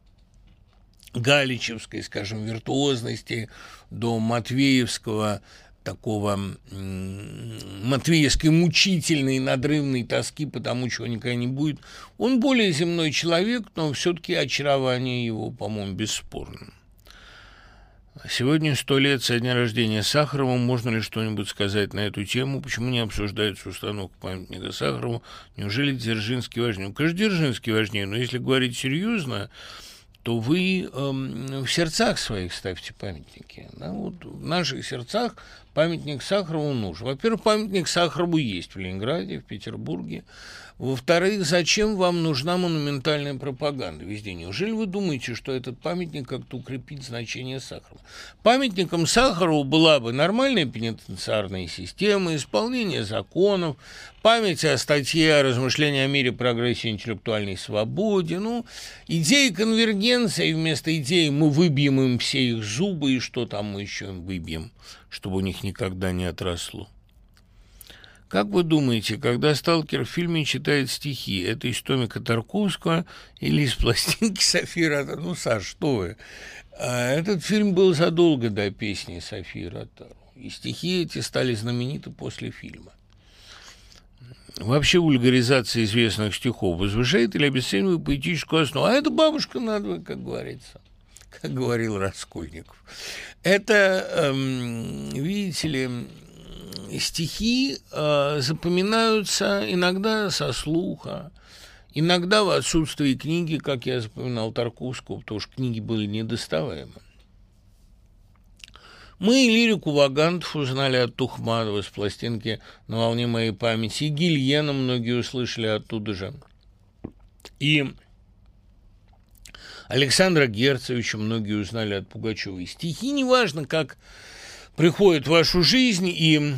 галичевской, скажем, виртуозности, до матвеевского такого матвеевской мучительной, надрывной тоски по тому, чего никогда не будет. Он более земной человек, но все-таки очарование его, по-моему, бесспорно. Сегодня сто лет со дня рождения Сахарова. Можно ли что-нибудь сказать на эту тему? Почему не обсуждается установка памятника Сахарову? Неужели Дзержинский важнее? Ну, конечно, Дзержинский важнее, но если говорить серьезно, то вы э, в сердцах своих ставьте памятники. Да? Вот в наших сердцах памятник Сахарову нужен. Во-первых, памятник Сахарову есть в Ленинграде, в Петербурге. Во-вторых, зачем вам нужна монументальная пропаганда везде? Неужели вы думаете, что этот памятник как-то укрепит значение Сахарова? Памятником Сахарову была бы нормальная пенитенциарная система, исполнение законов, память о статье о размышлении о мире, прогрессе и интеллектуальной свободе. Ну, идеи конвергенции, вместо идеи мы выбьем им все их зубы, и что там мы еще им выбьем, чтобы у них никогда не отросло. Как вы думаете, когда сталкер в фильме читает стихи, это из томика Тарковского или из пластинки Софии Ротару? Ну, Саш, что вы? Этот фильм был задолго до песни Софии Ротару, и стихи эти стали знамениты после фильма. Вообще вульгаризация известных стихов возвышает или обесценивает поэтическую основу? А это бабушка надвое, как говорится, как говорил Раскольников. Это, эм, видите ли, стихи э, запоминаются иногда со слуха, иногда в отсутствии книги, как я запоминал Тарковского, потому что книги были недоставаемы. Мы и лирику Вагантов узнали от Тухмадова с пластинки «На волне моей памяти», и Гильена многие услышали оттуда же, и Александра Герцевича многие узнали от Пугачёва. Стихи, неважно, как приходят в вашу жизнь и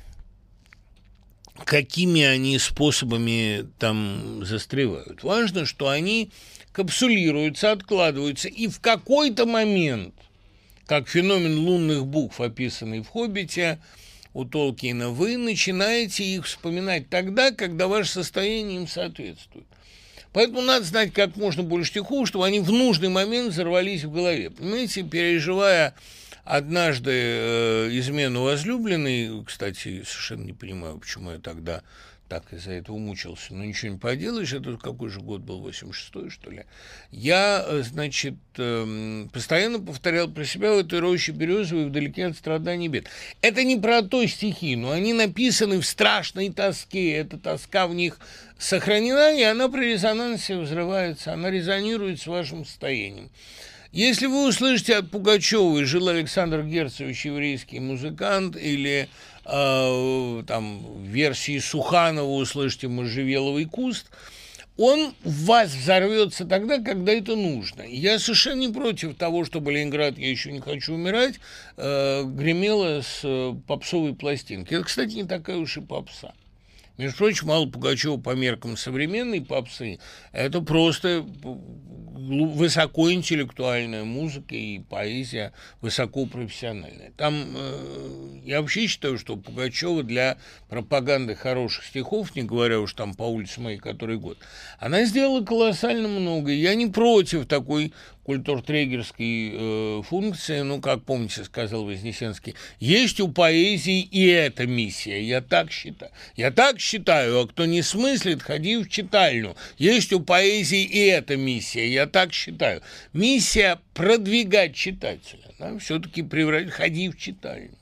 какими они способами там застревают. Важно, что они капсулируются, откладываются, и в какой-то момент, как феномен лунных букв, описанный в «Хоббите» у Толкиена, вы начинаете их вспоминать тогда, когда ваше состояние им соответствует. Поэтому надо знать как можно больше стихов, чтобы они в нужный момент взорвались в голове. Понимаете, переживая однажды э, измену возлюбленной, кстати, совершенно не понимаю, почему я тогда так из-за этого мучился, но ничего не поделаешь, это какой же год был, восемьдесят шестой, что ли, я, значит, э, постоянно повторял про себя: в этой роще березовой вдалеке от страданий бед. Это не про то стихи, но они написаны в страшной тоске, эта тоска в них сохранена, и она при резонансе взрывается, она резонирует с вашим состоянием. Если вы услышите от Пугачёва «Жил Александр Герцевич, еврейский музыкант», или э, там в версии Суханова услышите «Можжевеловый куст», он в вас взорвется тогда, когда это нужно. Я совершенно не против того, чтобы «Ленинград, я еще не хочу умирать» э, гремела с попсовой пластинки. Это, кстати, не такая уж и попса. Между прочим, Алла Пугачёва по меркам современной попсы – это просто высокоинтеллектуальная музыка и поэзия высокопрофессиональная. Там э, я вообще считаю, что Пугачёва для пропаганды хороших стихов, не говоря уж там «По улице моей который год», она сделала колоссально много. Я не против такой культуртрегерской э, функции, ну, как, помните, сказал Вознесенский, есть у поэзии и эта миссия, я так считаю. Я так считаю, а кто не смыслит, ходи в читальню. Есть у поэзии и эта миссия, я так считаю. Миссия продвигать читателя, да, все-таки превратить, ходи в читальню.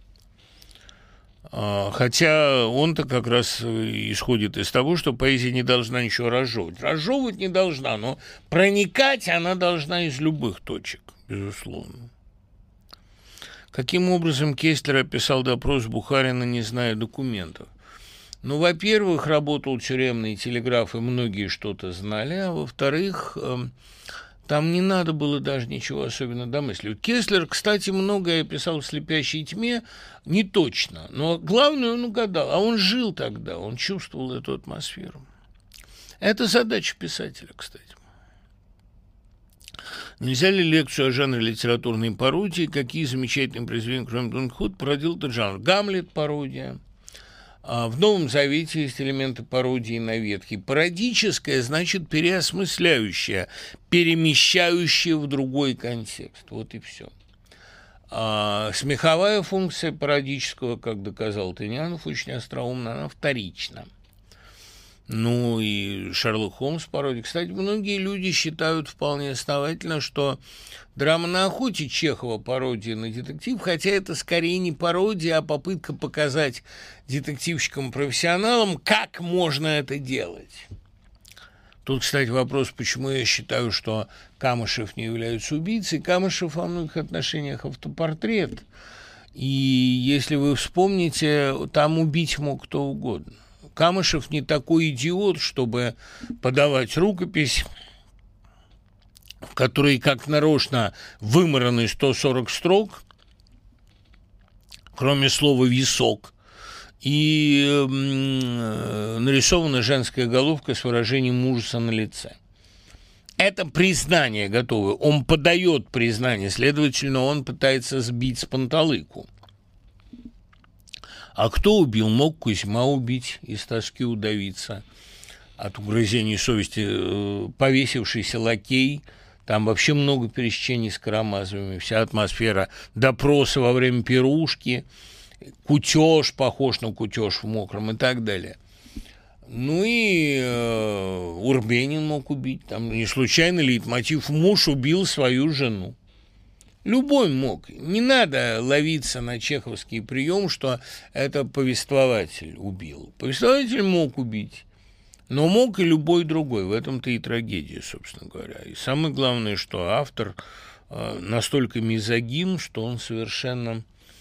Хотя он-то как раз исходит из того, что поэзия не должна ничего разжевывать. Разжевывать не должна, но проникать она должна из любых точек, безусловно. Каким образом Кесслер описал допрос Бухарина, не зная документов? Ну, во-первых, работал тюремный телеграф, и многие что-то знали, а во-вторых, э, там не надо было даже ничего особенно домысливать. Кесслер, кстати, многое описал в «Слепящей тьме», не точно, но главное он угадал, а он жил тогда, он чувствовал эту атмосферу. Это задача писателя, кстати. Нельзя ли лекцию о жанре литературной пародии? Какие замечательные произведения, кроме Дон Кихота, породил этот жанр? «Гамлет» – пародия. А в Новом Завете есть элементы пародии на Ветхий. Пародическое значит переосмысляющее, перемещающее в другой контекст. Вот и все. А смеховая функция пародического, как доказал Тынянов, очень остроумно, она вторична. Ну и Шерлок Холмс пародия. Кстати, многие люди считают вполне основательно, что «Драма на охоте» Чехова пародия на детектив, хотя это скорее не пародия, а попытка показать детективщикам-профессионалам, как можно это делать. Тут, кстати, вопрос, почему я считаю, что Камышев не является убийцей. Камышев во многих отношениях автопортрет. И если вы вспомните, там убить мог кто угодно. Камышев не такой идиот, чтобы подавать рукопись, в которой, как нарочно, вымараны сто сорок строк, кроме слова «висок», и э, нарисована женская головка с выражением ужаса на лице. Это признание готовое. Он подает признание, следовательно, он пытается сбить с панталыку. А кто убил? Мог Кузьма убить, из тоски удавиться от угрызений совести. Повесившийся лакей, там вообще много пересечений с Карамазовыми, вся атмосфера допроса во время пирушки, кутеж, похож на кутеж в мокром и так далее. Ну и э, Урбенин мог убить, там не случайно лейтмотив «Муж убил свою жену». Любой мог. Не надо ловиться на чеховский прием, что это повествователь убил. Повествователь мог убить, но мог и любой другой. В этом-то и трагедия, собственно говоря. И самое главное, что автор э, настолько мизогин, что он совершенно,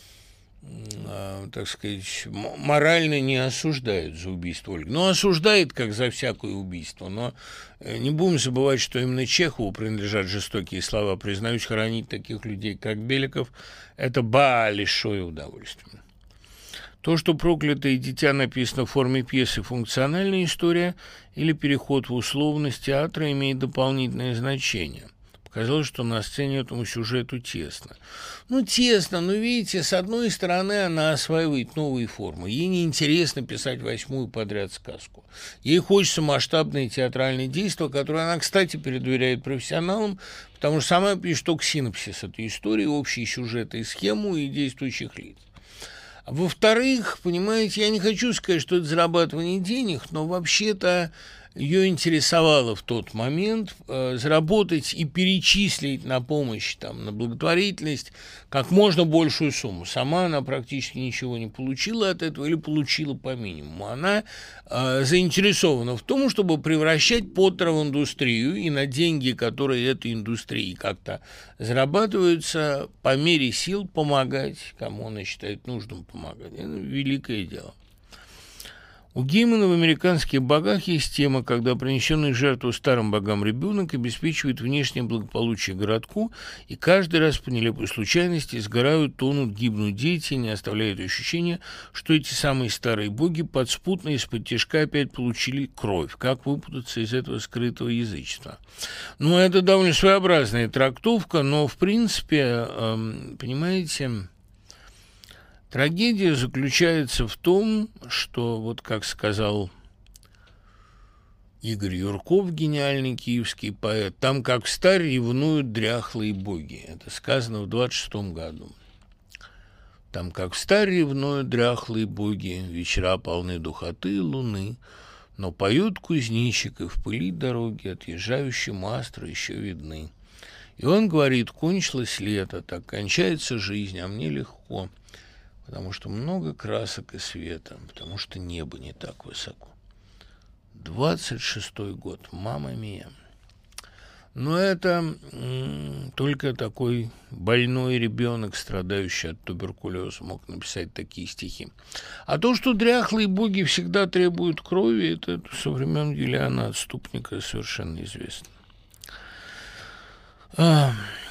э, так сказать, морально не осуждает за убийство Ольги. Ну, осуждает, как за всякое убийство, но не будем забывать, что именно Чехову принадлежат жестокие слова. Признаюсь, хоронить таких людей, как Беликов, это большое удовольствие. То, что «Проклятое дитя» написано в форме пьесы, функциональная история или переход в условность театра, имеет дополнительное значение. Казалось, что на сцене этому сюжету тесно. Ну, тесно, но, видите, с одной стороны, она осваивает новые формы. Ей неинтересно писать восьмую подряд сказку. Ей хочется масштабное театральное действие, которое она, кстати, передоверяет профессионалам, потому что сама пишет только синопсис этой истории, общий сюжет и схему и действующих лиц. Во-вторых, понимаете, я не хочу сказать, что это зарабатывание денег, но вообще-то ее интересовало в тот момент э, заработать и перечислить на помощь, там, на благотворительность как можно большую сумму. Сама она практически ничего не получила от этого или получила по минимуму. Она э, заинтересована в том, чтобы превращать Поттера в индустрию, и на деньги, которые этой индустрии как-то зарабатываются, по мере сил помогать, кому она считает нужным помогать. Это великое дело. У Геймана в «Американских богах» есть тема, когда принесенный в жертву старым богам ребенок обеспечивает внешнее благополучие городку, и каждый раз по нелепой случайности сгорают, тонут, гибнут дети, не оставляет ощущения, что эти самые старые боги подспутно из-под тишка опять получили кровь. Как выпутаться из этого скрытого язычества? Ну, это довольно своеобразная трактовка, но, в принципе, эм, понимаете... Трагедия заключается в том, что, вот как сказал Игорь Юрков, гениальный киевский поэт, там как старь ревнуют дряхлые боги. Это сказано в двадцать шестом году. Там как старь ревнуют дряхлые боги, вечера полны духоты луны, но поют кузнечик, и в пыли дороги отъезжающим астры еще видны. И он говорит: кончилось лето, так кончается жизнь, а мне легко. Потому что много красок и света, потому что небо не так высоко. двадцать шестой год, мама мия. Но это м, только такой больной ребенок, страдающий от туберкулеза, мог написать такие стихи. А то, что дряхлые боги всегда требуют крови, это со времен Гелиана Отступника совершенно известно. А...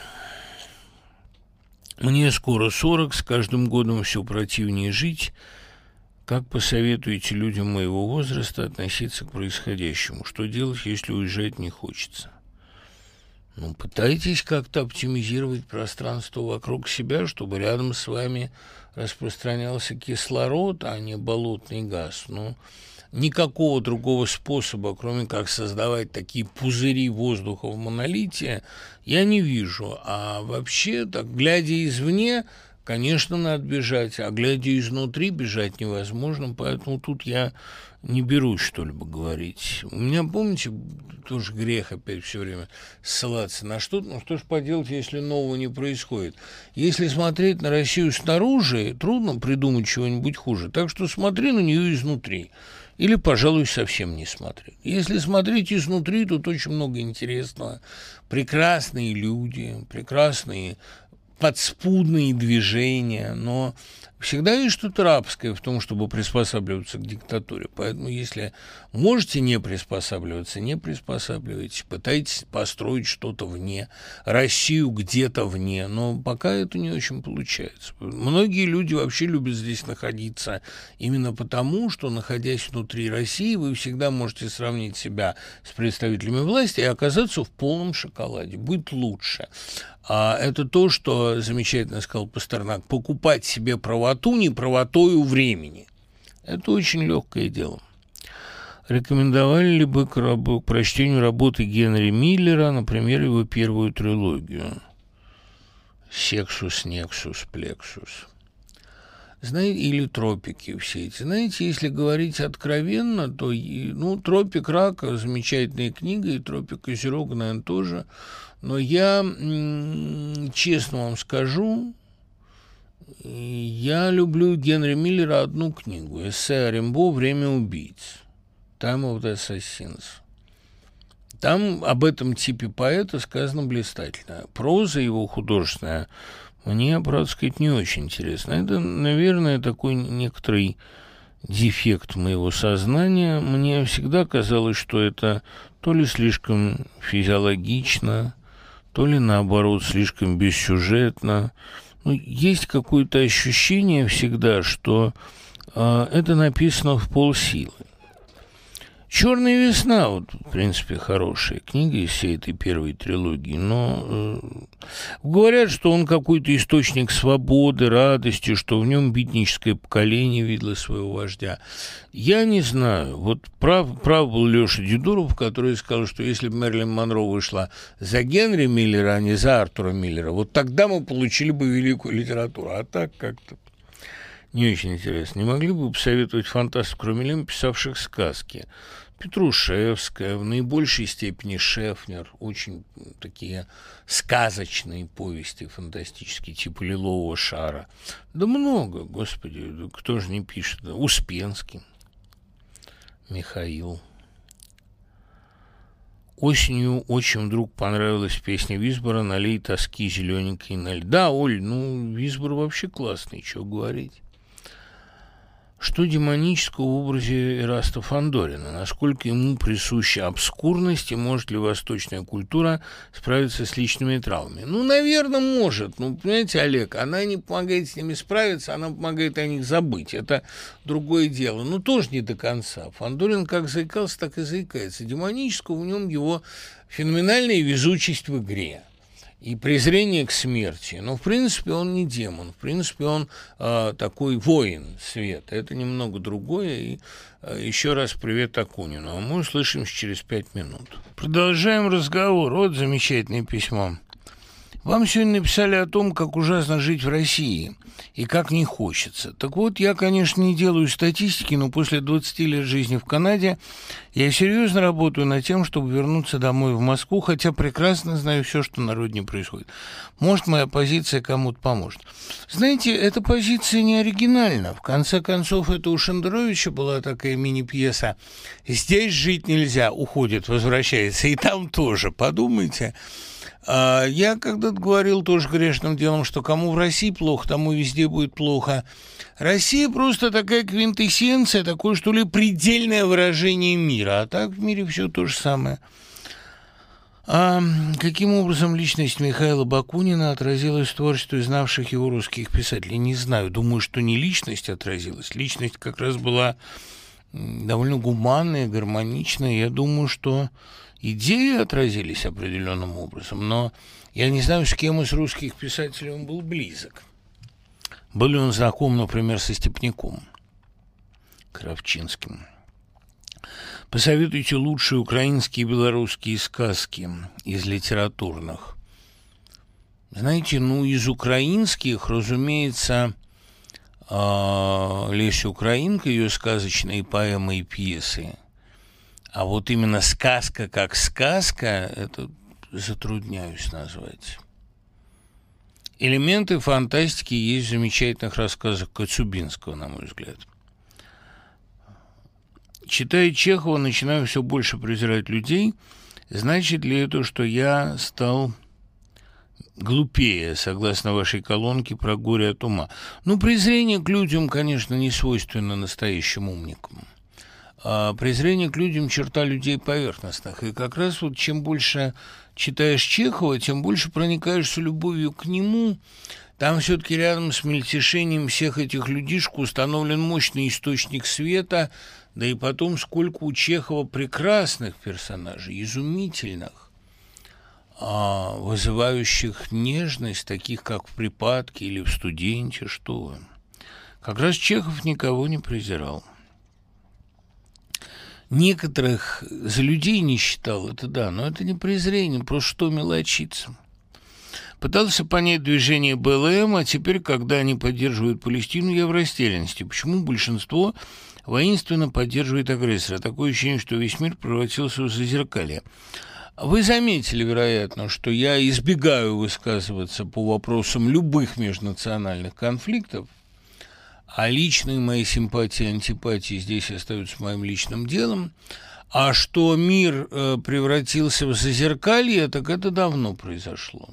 Мне скоро сорок, с каждым годом все противнее жить. Как посоветуете людям моего возраста относиться к происходящему? Что делать, если уезжать не хочется? Ну, пытайтесь как-то оптимизировать пространство вокруг себя, чтобы рядом с вами распространялся кислород, а не болотный газ. Ну, никакого другого способа, кроме как создавать такие пузыри воздуха в монолите, я не вижу. А вообще, так, глядя извне, конечно, надо бежать, а глядя изнутри, бежать невозможно, поэтому тут я не берусь что-либо говорить. У меня, помните, тоже грех опять все время ссылаться на что-то, ну что ж поделать, если нового не происходит. Если смотреть на Россию снаружи, трудно придумать чего-нибудь хуже, так что смотри на нее изнутри. Или, пожалуй, совсем не смотри. Если смотреть изнутри, тут очень много интересного. Прекрасные люди, прекрасные подспудные движения, но всегда есть что-то рабское в том, чтобы приспосабливаться к диктатуре. Поэтому, если можете не приспосабливаться, не приспосабливайтесь, пытайтесь построить что-то вне, Россию где-то вне, но пока это не очень получается. Многие люди вообще любят здесь находиться именно потому, что, находясь внутри России, вы всегда можете сравнить себя с представителями власти и оказаться в полном шоколаде, быть лучше. А это то, что замечательно сказал Пастернак: покупать себе правоту не правотою времени. Это очень легкое дело. Рекомендовали ли бы к, раб- к прочтению работы Генри Миллера, например, его первую трилогию «Сексус, Нексус, Плексус»? Знаете, или «Тропики» все эти. Знаете, если говорить откровенно, то, ну, «Тропик рака» – замечательная книга, и «Тропик Козерога», наверное, тоже. Но я, честно вам скажу, я люблю Генри Миллера одну книгу, эссе о Римбо «Время убийц», «Time of the Assassins». Там об этом типе поэта сказано блистательно. Проза его художественная мне, правда сказать, не очень интересно. Это, наверное, такой некоторый дефект моего сознания. Мне всегда казалось, что это то ли слишком физиологично, то ли, наоборот, слишком бессюжетно. Ну, есть какое-то ощущение всегда, что э, это написано в полсилы. «Черная весна», вот, в принципе, хорошая книга из всей этой первой трилогии, но э, говорят, что он какой-то источник свободы, радости, что в нем битническое поколение видело своего вождя. Я не знаю. Вот прав, прав был Леша Дедуров, который сказал, что если бы Мэрилин Монро вышла за Генри Миллера, а не за Артура Миллера, вот тогда мы получили бы великую литературу. А так как-то не очень интересно. Не могли бы посоветовать фантастов, кроме Лем, писавших сказки? Петрушевская, в наибольшей степени Шефнер, очень такие сказочные повести фантастические, типа «Лилового шара». Да много, господи, кто же не пишет? Успенский, Михаил. Осенью очень вдруг понравилась песня Висбора «Налей тоски зелененькой наль». Да, Оль, ну, Висбор вообще классный, что говорить. Что демонического в образе Эраста Фандорина? Насколько ему присуща обскурность, и может ли восточная культура справиться с личными травмами? Ну, наверное, может. Ну, понимаете, Олег, она не помогает с ними справиться, она помогает о них забыть. Это другое дело. Но тоже не до конца. Фандорин как заикался, так и заикается. Демонического в нем его феноменальная везучесть в игре и презрение к смерти. Но, в принципе, он не демон. В принципе, он э, такой воин света. Это немного другое. И э, еще раз привет Акунину. А мы услышимся через пять минут. Продолжаем разговор. Вот замечательное письмо. Вам сегодня написали о том, как ужасно жить в России и как не хочется. Так вот, я, конечно, не делаю статистики, но после двадцати лет жизни в Канаде я серьезно работаю над тем, чтобы вернуться домой в Москву, хотя прекрасно знаю все, что на родине происходит. Может, моя позиция кому-то поможет. Знаете, эта позиция не оригинальна. В конце концов, это у Шендеровича была такая мини-пьеса «Здесь жить нельзя», уходит, возвращается, и там тоже, подумайте. Я когда-то говорил тоже грешным делом, что кому в России плохо, тому везде будет плохо. Россия просто такая квинтэссенция, такое, что ли, предельное выражение мира. А так в мире все то же самое. А каким образом личность Михаила Бакунина отразилась в творчестве знавших его русских писателей? Не знаю. Думаю, что не личность отразилась. Личность как раз была довольно гуманная, гармоничная. Я думаю, что идеи отразились определенным образом, но я не знаю, с кем из русских писателей он был близок. Был ли он знаком, например, со Степняком Кравчинским? Посоветуйте лучшие украинские и белорусские сказки из литературных. Знаете, ну, из украинских, разумеется, Леся Украинка, ее сказочные поэмы и пьесы. А вот именно сказка как сказка, это затрудняюсь назвать. Элементы фантастики есть в замечательных рассказах Коцюбинского, на мой взгляд. Читая Чехова, начинаю все больше презирать людей. Значит ли это, что я стал глупее, согласно вашей колонке про горе от ума? Ну, презрение к людям, конечно, не свойственно настоящим умникам. А презрение к людям – черта людей поверхностных. И как раз вот чем больше читаешь Чехова, тем больше проникаешься любовью к нему. Там все-таки рядом с мельтешением всех этих людишек установлен мощный источник света, да и потом сколько у Чехова прекрасных персонажей, изумительных, вызывающих нежность, таких как в «Припадке» или в «Студенте», что вы. Как раз Чехов никого не презирал. Некоторых за людей не считал, это да, но это не презрение, просто что мелочиться. Пытался понять движение БЛМ, а теперь, когда они поддерживают Палестину, я в растерянности. Почему большинство воинственно поддерживает агрессора? Такое ощущение, что весь мир превратился в зазеркалье. Вы заметили, вероятно, что я избегаю высказываться по вопросам любых межнациональных конфликтов, а личные мои симпатии и антипатии здесь остаются моим личным делом. А что мир э, превратился в зазеркалье, так это давно произошло.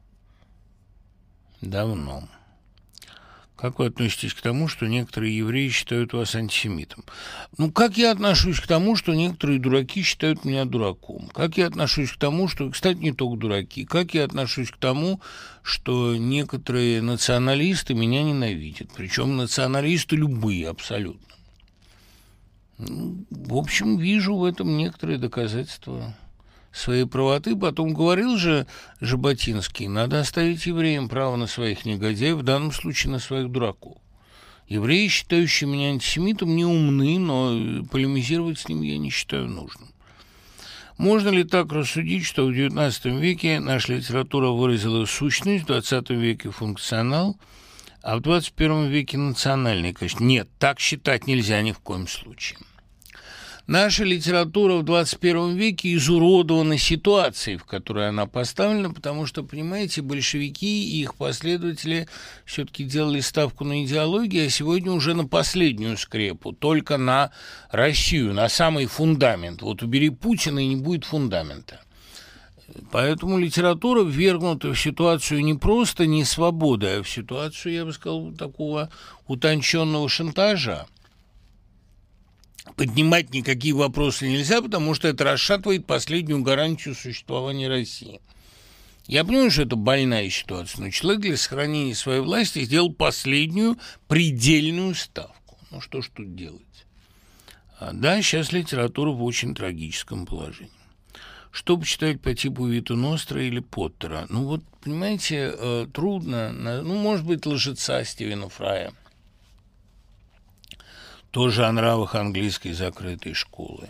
Давно. Как вы относитесь к тому, что некоторые евреи считают вас антисемитом? Ну, как я отношусь к тому, что некоторые дураки считают меня дураком? Как я отношусь к тому, что, кстати, не только дураки, как я отношусь к тому, что некоторые националисты меня ненавидят? Причем националисты любые, абсолютно. Ну, в общем, вижу в этом некоторые доказательства своей правоты. Потом говорил же Жаботинский, надо оставить евреям право на своих негодяев, в данном случае на своих дураков. Евреи, считающие меня антисемитом, не умны, но полемизировать с ним я не считаю нужным. Можно ли так рассудить, что в девятнадцатом веке наша литература выразила сущность, в двадцатом веке функционал, а в двадцать первом веке национальный качество? Нет, так считать нельзя ни в коем случае. Наша литература в двадцать первом веке изуродована ситуацией, в которой она поставлена, потому что, понимаете, большевики и их последователи все-таки делали ставку на идеологию, а сегодня уже на последнюю скрепу, только на Россию, на самый фундамент. Вот убери Путина, и не будет фундамента. Поэтому литература ввергнута в ситуацию не просто несвободы, а в ситуацию, я бы сказал, такого утонченного шантажа. Поднимать никакие вопросы нельзя, потому что это расшатывает последнюю гарантию существования России. Я понимаю, что это больная ситуация, но человек для сохранения своей власти сделал последнюю предельную ставку. Ну что ж тут делать? А, да, сейчас литература в очень трагическом положении. Что почитать по типу Виту Ностра или Поттера? Ну вот, понимаете, трудно. Ну, может быть, «Лжеца» Стивена Фрая. Тоже о нравах английской закрытой школы.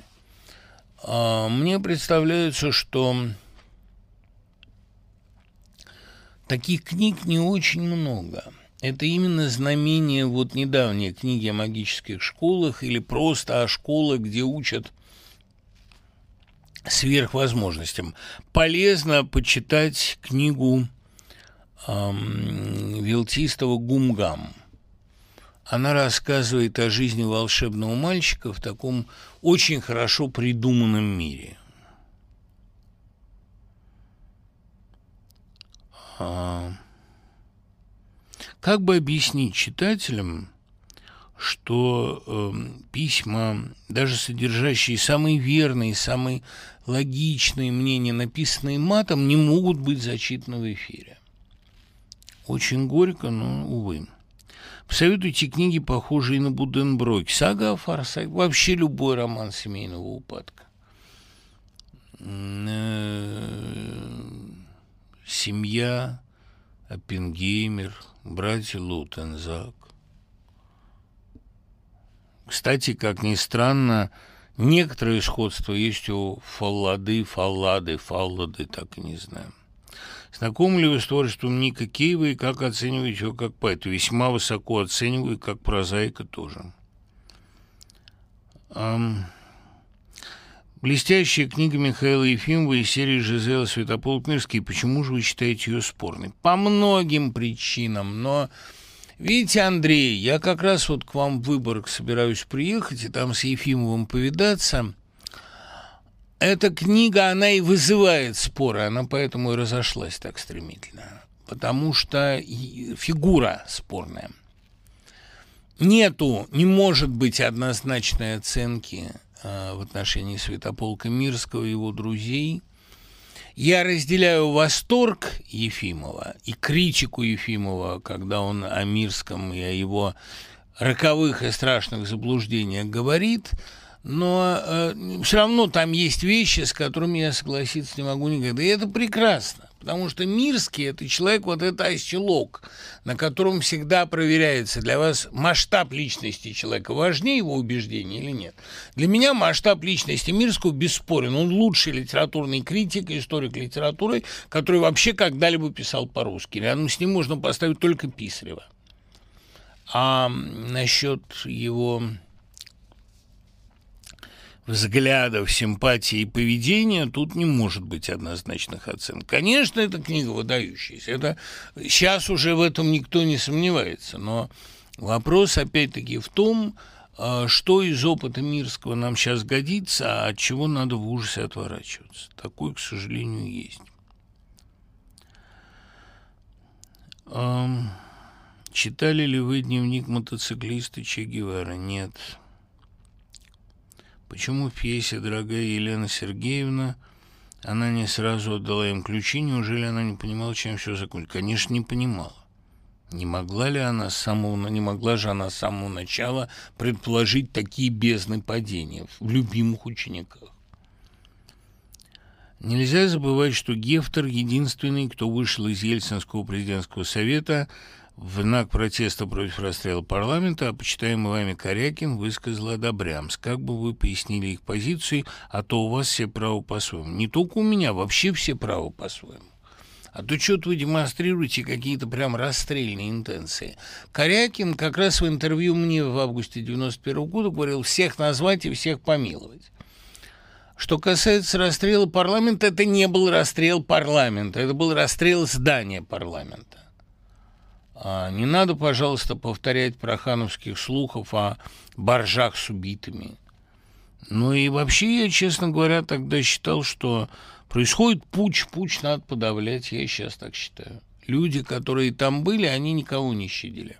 Мне представляется, что Таких книг не очень много. Это именно знамение вот недавней книги о магических школах или просто о школах, где учат сверхвозможностям. Полезно почитать книгу эм, Вилтистова «Гумгам». Она рассказывает о жизни волшебного мальчика в таком очень хорошо придуманном мире. А... Как бы объяснить читателям, что э, письма, даже содержащие самые верные, самые логичные мнения, написанные матом, не могут быть зачитаны в эфире? Очень горько, но, увы. Посоветуйте книги, похожие на Буденброк, сага о Форсайте, вообще любой роман семейного упадка. Семья, Оппенгеймер, братья Лутензак. Кстати, как ни странно, некоторые сходства есть у Фаллады, Фаллады, Фаллады, так и не знаю. Знакомы ли вы с творчеством Ника Кейва и как оцениваете его как поэта? Весьма высоко оцениваю, как прозаика тоже. Ам... Блестящая книга Михаила Ефимова из серии Жизела Святополк-Мирский. Почему же вы считаете ее спорной? По многим причинам, но... Видите, Андрей, я как раз вот к вам в Выборг собираюсь приехать и там с Ефимовым повидаться. Эта книга, она и вызывает споры, она поэтому и разошлась так стремительно, потому что фигура спорная. Нету, не может быть однозначной оценки э, в отношении Святополка Мирского и его друзей. Я разделяю восторг Ефимова и критику Ефимова, когда он о Мирском и о его роковых и страшных заблуждениях говорит, но э, все равно там есть вещи, с которыми я согласиться не могу никогда. И это прекрасно, потому что Мирский – это человек, вот это оселок, на котором всегда проверяется, для вас масштаб личности человека важнее его убеждений или нет. Для меня масштаб личности Мирского бесспорен. Он лучший литературный критик, историк литературы, который вообще когда-либо писал по-русски. Рядом с ним можно поставить только Писарева. А насчет его взглядов, симпатии и поведения тут не может быть однозначных оценок. Конечно, эта книга выдающаяся. Это, сейчас уже в этом никто не сомневается. Но вопрос, опять-таки, в том, что из опыта Мирского нам сейчас годится, а от чего надо в ужасе отворачиваться. Такое, к сожалению, есть. Читали ли вы дневник мотоциклиста Че Гевары? Нет. Почему в пьесе «Дорогая Елена Сергеевна» она не сразу отдала им ключи? Неужели она не понимала, чем все закончится? Конечно, не понимала. Не могла ли она с самого, не могла же она с самого начала предположить такие бездны падения в любимых учениках? Нельзя забывать, что Гефтер единственный, кто вышел из Ельцинского президентского совета в знак протеста против расстрела парламента, а почитаемый вами Корякин высказал одобрямс. Как бы вы пояснили их позиции, а то у вас все правы по-своему. Не только у меня, вообще все правы по-своему. А то что-то вы демонстрируете какие-то прям расстрельные интенции. Корякин как раз в интервью мне в августе девяносто первого года говорил всех назвать и всех помиловать. Что касается расстрела парламента, это не был расстрел парламента, это был расстрел здания парламента. Не надо, пожалуйста, повторять прохановских слухов о боржах с убитыми. Ну и вообще, я, честно говоря, тогда считал, что происходит путч, путч надо подавлять, я сейчас так считаю. Люди, которые там были, они никого не щадили.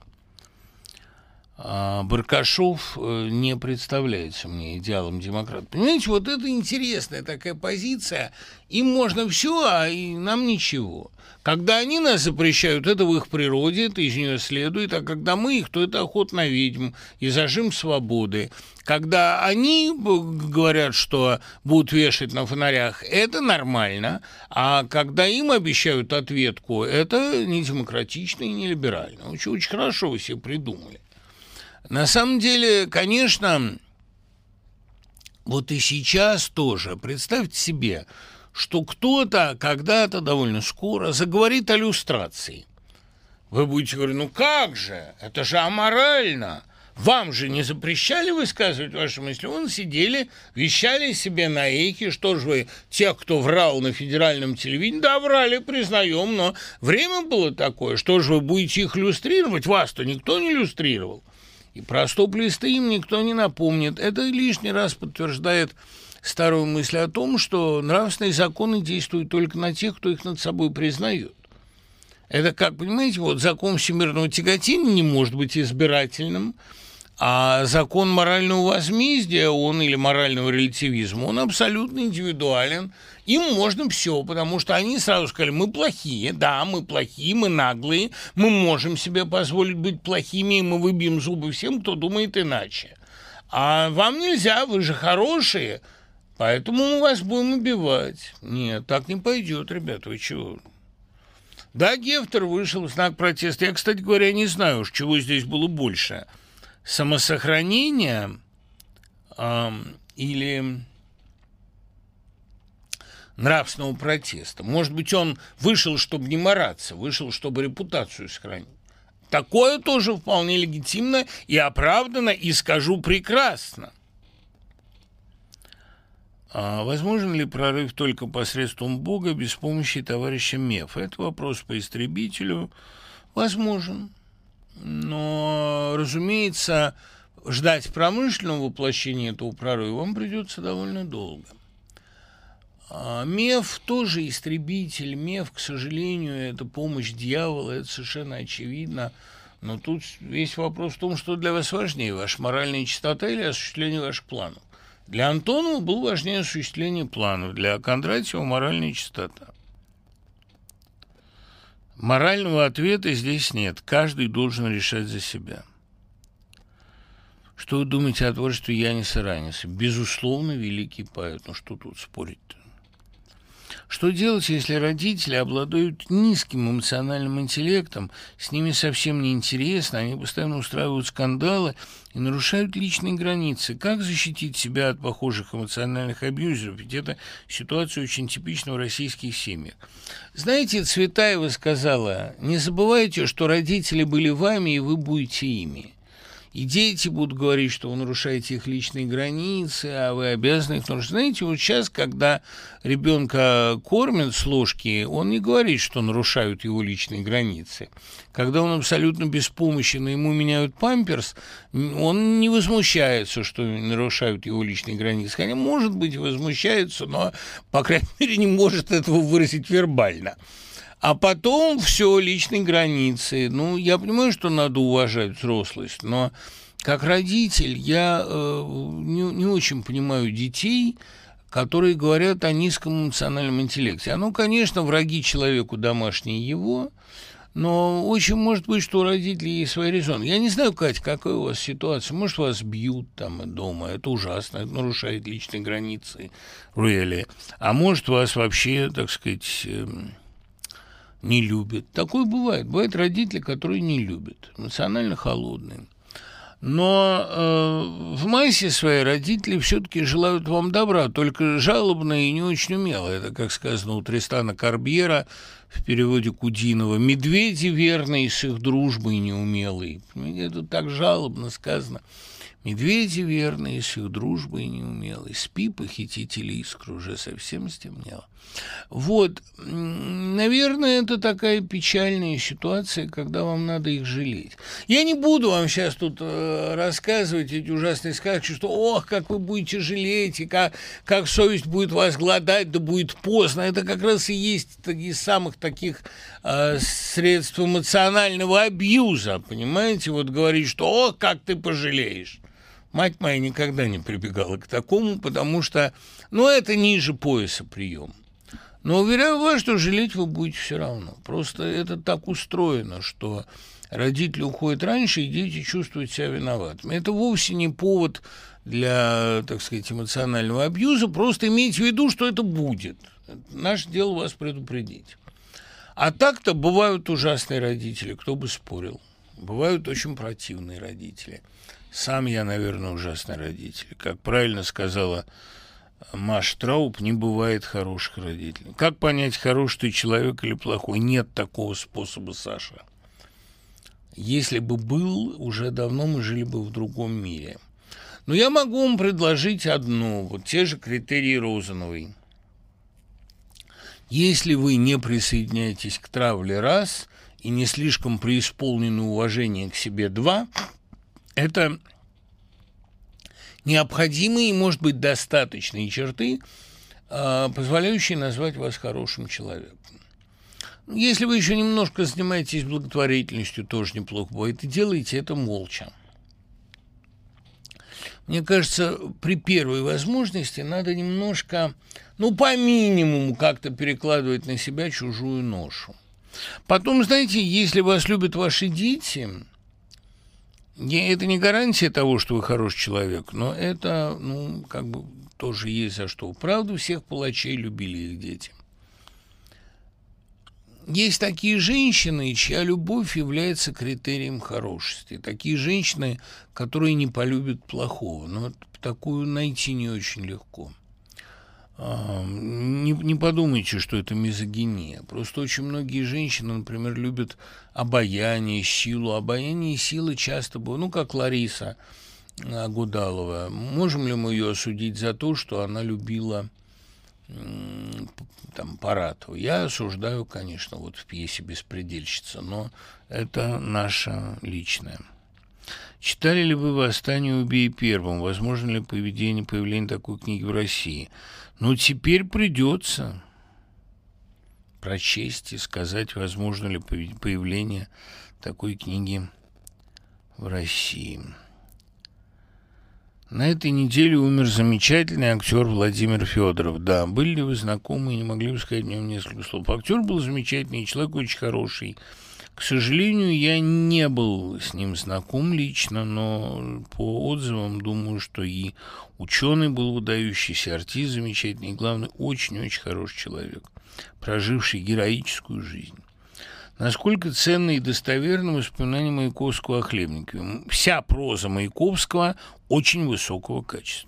А Баркашов не представляется мне идеалом демократа. Понимаете, вот это интересная такая позиция. Им можно все, а и нам ничего. Когда они нас запрещают, это в их природе, это из нее следует, а когда мы их, то это охота на ведьм и зажим свободы. Когда они говорят, что будут вешать на фонарях, это нормально, а когда им обещают ответку, это не демократично и не либерально. Очень, очень хорошо вы себе придумали. На самом деле, конечно, вот и сейчас тоже, представьте себе, что кто-то когда-то довольно скоро заговорит о люстрации. Вы будете говорить: ну как же, это же аморально. Вам же не запрещали высказывать ваши мысли? Вон сидели, вещали себе на эхе. Что же вы, те, кто врал на федеральном телевидении? Да, врали, признаем, но время было такое. Что же вы будете их люстрировать? Вас-то никто не люстрировал. И про стоп-листы им никто не напомнит. Это лишний раз подтверждает старую мысль о том, что нравственные законы действуют только на тех, кто их над собой признает. Это как, понимаете, вот закон всемирного тяготения не может быть избирательным, а закон морального возмездия, он или морального релятивизма, он абсолютно индивидуален. Им можно все, потому что они сразу сказали: мы плохие, да, мы плохие, мы наглые, мы можем себе позволить быть плохими, и мы выбьем зубы всем, кто думает иначе. А вам нельзя, вы же хорошие, поэтому мы вас будем убивать. Нет, так не пойдет, ребята, вы чего? Да, Гефтер вышел в знак протеста. Я, кстати говоря, не знаю уж, чего здесь было больше. Самосохранение э, или нравственного протеста. Может быть, он вышел, чтобы не мараться, вышел, чтобы репутацию сохранить. Такое тоже вполне легитимно и оправдано, и скажу прекрасно. А возможен ли прорыв только посредством Бога, без помощи товарища Мефа? Это вопрос по истребителю. Возможен. Но, разумеется, ждать промышленного воплощения этого прорыва вам придется довольно долго. А Меф тоже истребитель. Меф, к сожалению, это помощь дьявола, это совершенно очевидно. Но тут весь вопрос в том, что для вас важнее, ваша моральная чистота или осуществление ваших планов. Для Антонова было важнее осуществление планов, для Кондратьева моральная чистота. Морального ответа здесь нет. Каждый должен решать за себя. Что вы думаете о творчестве Яниса Ранеса? Безусловно, великий поэт. Ну что тут спорить-то? Что делать, если родители обладают низким эмоциональным интеллектом, с ними совсем не интересно, они постоянно устраивают скандалы и нарушают личные границы? Как защитить себя от похожих эмоциональных абьюзеров? Ведь эта ситуация очень типична в российских семьях. Знаете, Цветаева сказала: не забывайте, что родители были вами, и вы будете ими. И дети будут говорить, что вы нарушаете их личные границы, а вы обязаны их нарушать. Знаете, вот сейчас, когда ребенка кормят с ложки, он не говорит, что нарушают его личные границы. Когда он абсолютно беспомощен, и ему меняют памперс, он не возмущается, что нарушают его личные границы. Хотя, может быть, возмущается, но, по крайней мере, не может этого выразить вербально. А потом все, личные границы. Ну, я понимаю, что надо уважать взрослость, но как родитель я э, не, не очень понимаю детей, которые говорят о низком эмоциональном интеллекте. Оно, конечно, враги человеку домашние его, но очень может быть, что у родителей есть свои резоны. Я не знаю, Катя, какая у вас ситуация. Может, вас бьют там дома, это ужасно, это нарушает личные границы, really. А может, вас вообще, так сказать... Э, не любят. Такое бывает. Бывают родители, которые не любят, эмоционально холодные. Но э, в массе своей родители все-таки желают вам добра, только жалобно и не очень умело. Это, как сказано у Тристана Корбьера в переводе Кудинова: «Медведи верные с их дружбой неумелые». Это так жалобно сказано. «Медведи верные с их дружбой неумелые, спи, похитители искр, уже совсем стемнело». Вот, наверное, это такая печальная ситуация, когда вам надо их жалеть. Я не буду вам сейчас тут э, рассказывать эти ужасные сказки, что ох, как вы будете жалеть, и как, как совесть будет вас гладать, да будет поздно. Это как раз и есть из самых таких э, средств эмоционального абьюза, понимаете? Вот говорить, что ох, как ты пожалеешь. Мать моя никогда не прибегала к такому, потому что, ну, это ниже пояса прием. Но уверяю вас, что жалеть вы будете все равно. Просто это так устроено, что родители уходят раньше, и дети чувствуют себя виноватыми. Это вовсе не повод для, так сказать, эмоционального абьюза. Просто имейте в виду, что это будет. Наше дело вас предупредить. А так-то бывают ужасные родители, кто бы спорил. Бывают очень противные родители. Сам я, наверное, ужасный родитель. Как правильно сказала Маш Трауб, не бывает хороших родителей. Как понять, хороший ты человек или плохой? Нет такого способа, Саша. Если бы был, уже давно мы жили бы в другом мире. Но я могу вам предложить одно, вот те же критерии Розановой. Если вы не присоединяетесь к травле раз и не слишком преисполнены уважения к себе два, это необходимые и, может быть, достаточные черты, позволяющие назвать вас хорошим человеком. Если вы еще немножко занимаетесь благотворительностью, тоже неплохо бывает, и делаете это молча. Мне кажется, при первой возможности надо немножко, ну, по минимуму как-то перекладывать на себя чужую ношу. Потом, знаете, если вас любят ваши дети, это не гарантия того, что вы хороший человек, но это, ну, как бы тоже есть за что. Правда, всех палачей любили их дети. Есть такие женщины, чья любовь является критерием хорошести. Такие женщины, которые не полюбят плохого. Но такую найти не очень легко. Не, не подумайте, что это мизогиния. Просто очень многие женщины, например, любят обаяние, силу. Обаяние и сила часто бывают, ну, как Лариса Агудалова. Можем ли мы ее осудить за то, что она любила там Паратову? Я осуждаю, конечно, вот в пьесе «Беспредельщица», но это наше личное. Читали ли вы «Восстание убей первым»? Возможно ли поведение, появление такой книги в России? Ну, теперь придется прочесть и сказать, возможно ли появление такой книги в России. На этой неделе умер замечательный актер Владимир Федоров. Да, были ли вы знакомы и не могли бы сказать мне несколько слов? Актер был замечательный, человек очень хороший. К сожалению, я не был с ним знаком лично, но по отзывам думаю, что и ученый был выдающийся, артист замечательный, и, главное, очень-очень хороший человек, проживший героическую жизнь. Насколько ценны и достоверны воспоминания Маяковского о Хлебникове? Вся проза Маяковского очень высокого качества.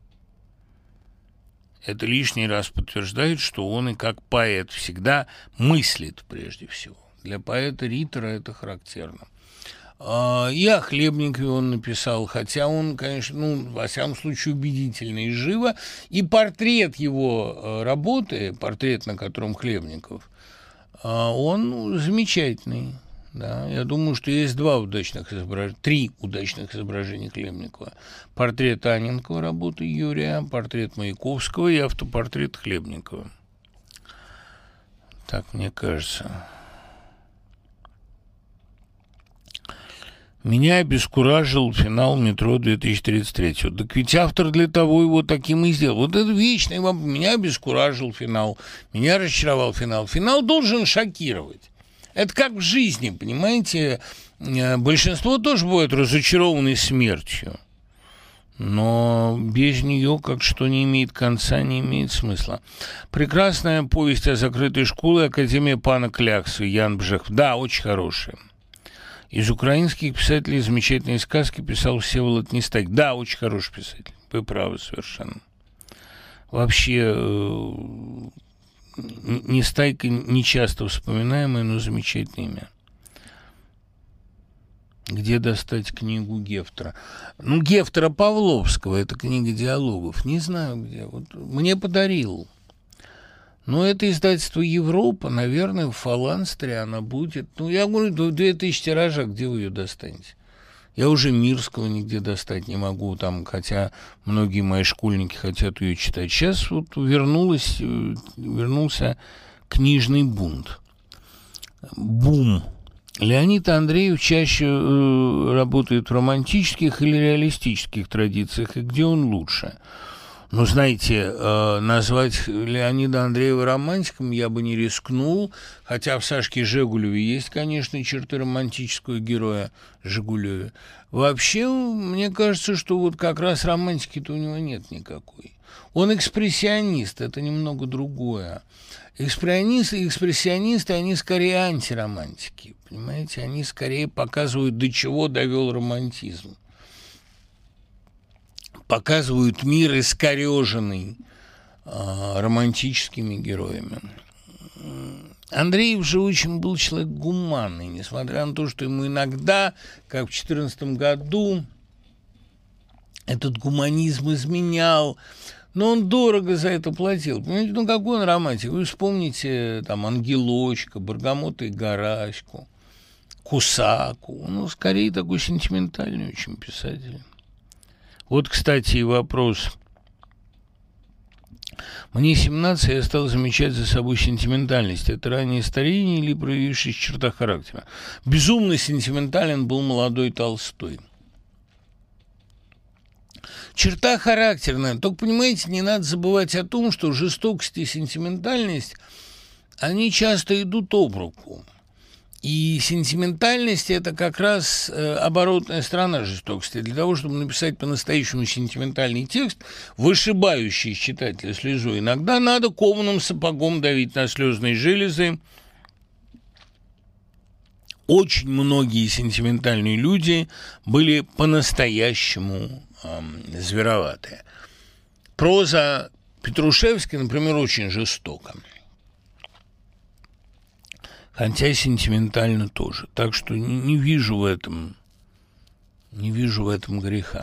Это лишний раз подтверждает, что он и как поэт всегда мыслит прежде всего. Для поэта Риттера это характерно. И о Хлебникове он написал, хотя он, конечно, ну, во всяком случае, убедительно и живо. И портрет его работы, портрет, на котором Хлебников, он замечательный. Да. Я думаю, что есть два удачных изображения, три удачных изображения Хлебникова. Портрет Анненкова, работы Юрия, портрет Маяковского и автопортрет Хлебникова. Так мне кажется. Меня обескуражил финал «Метро две тысячи тридцать три». Так ведь автор для того его таким и сделал. Вот это вечное вам. Меня обескуражил финал, меня разочаровал финал. Финал должен шокировать. Это как в жизни, понимаете? Большинство тоже бывает разочарованы смертью. Но без нее, как что не имеет конца, не имеет смысла. Прекрасная повесть о закрытой школе «Академия пана Кляксы», Ян Бжехов. Да, очень хорошая. Из украинских писателей замечательные сказки писал Всеволод Нестайк. Да, очень хороший писатель. Вы правы совершенно. Вообще, Нестайка не часто вспоминаемое, но замечательное имя. Где достать книгу Гефтера? Ну, Гефтера Павловского, это книга диалогов. Не знаю где. Вот мне подарил. Но это издательство «Европа», наверное, в Фаланстере она будет. Ну, я говорю, две тысячи тиража, где вы ее достанете? Я уже Мирского нигде достать не могу, там, хотя многие мои школьники хотят ее читать. Сейчас вот вернулась, вернулся книжный бунт. Бум. Леонид Андреев чаще э, работает в романтических или реалистических традициях, и где он лучше? Ну, знаете, э, назвать Леонида Андреева романтиком я бы не рискнул, хотя в Сашке Жегулеве есть, конечно, черты романтического героя Жегулеве. Вообще, мне кажется, что вот как раз романтики-то у него нет никакой. Он экспрессионист, это немного другое. Экспрессионисты, экспрессионисты, они скорее антиромантики, понимаете? Они скорее показывают, до чего довел романтизм. показывают мир искореженный романтическими героями. Андреев же очень был человек гуманный, несмотря на то, что ему иногда, как в две тысячи четырнадцатом году, этот гуманизм изменял, но он дорого за это платил. Понимаете, ну какой он романтик? Вы вспомните там Ангелочка, Баргамота и Гараську, Кусаку. Ну, скорее, такой сентиментальный очень писатель. Вот, кстати, и вопрос. Мне семнадцать, я стал замечать за собой сентиментальность. Это раннее старение или проявившаяся черта характера? Безумно сентиментален был молодой Толстой. Черта характерная. Только, понимаете, не надо забывать о том, что жестокость и сентиментальность, они часто идут об руку. И сентиментальность – это как раз э, оборотная сторона жестокости. Для того, чтобы написать по-настоящему сентиментальный текст, вышибающий читателя слезу, иногда надо кованым сапогом давить на слезные железы. Очень многие сентиментальные люди были по-настоящему э, звероватые. Проза Петрушевской, например, очень жестока. Хотя сентиментально тоже. Так что не, не вижу в этом, не вижу в этом греха.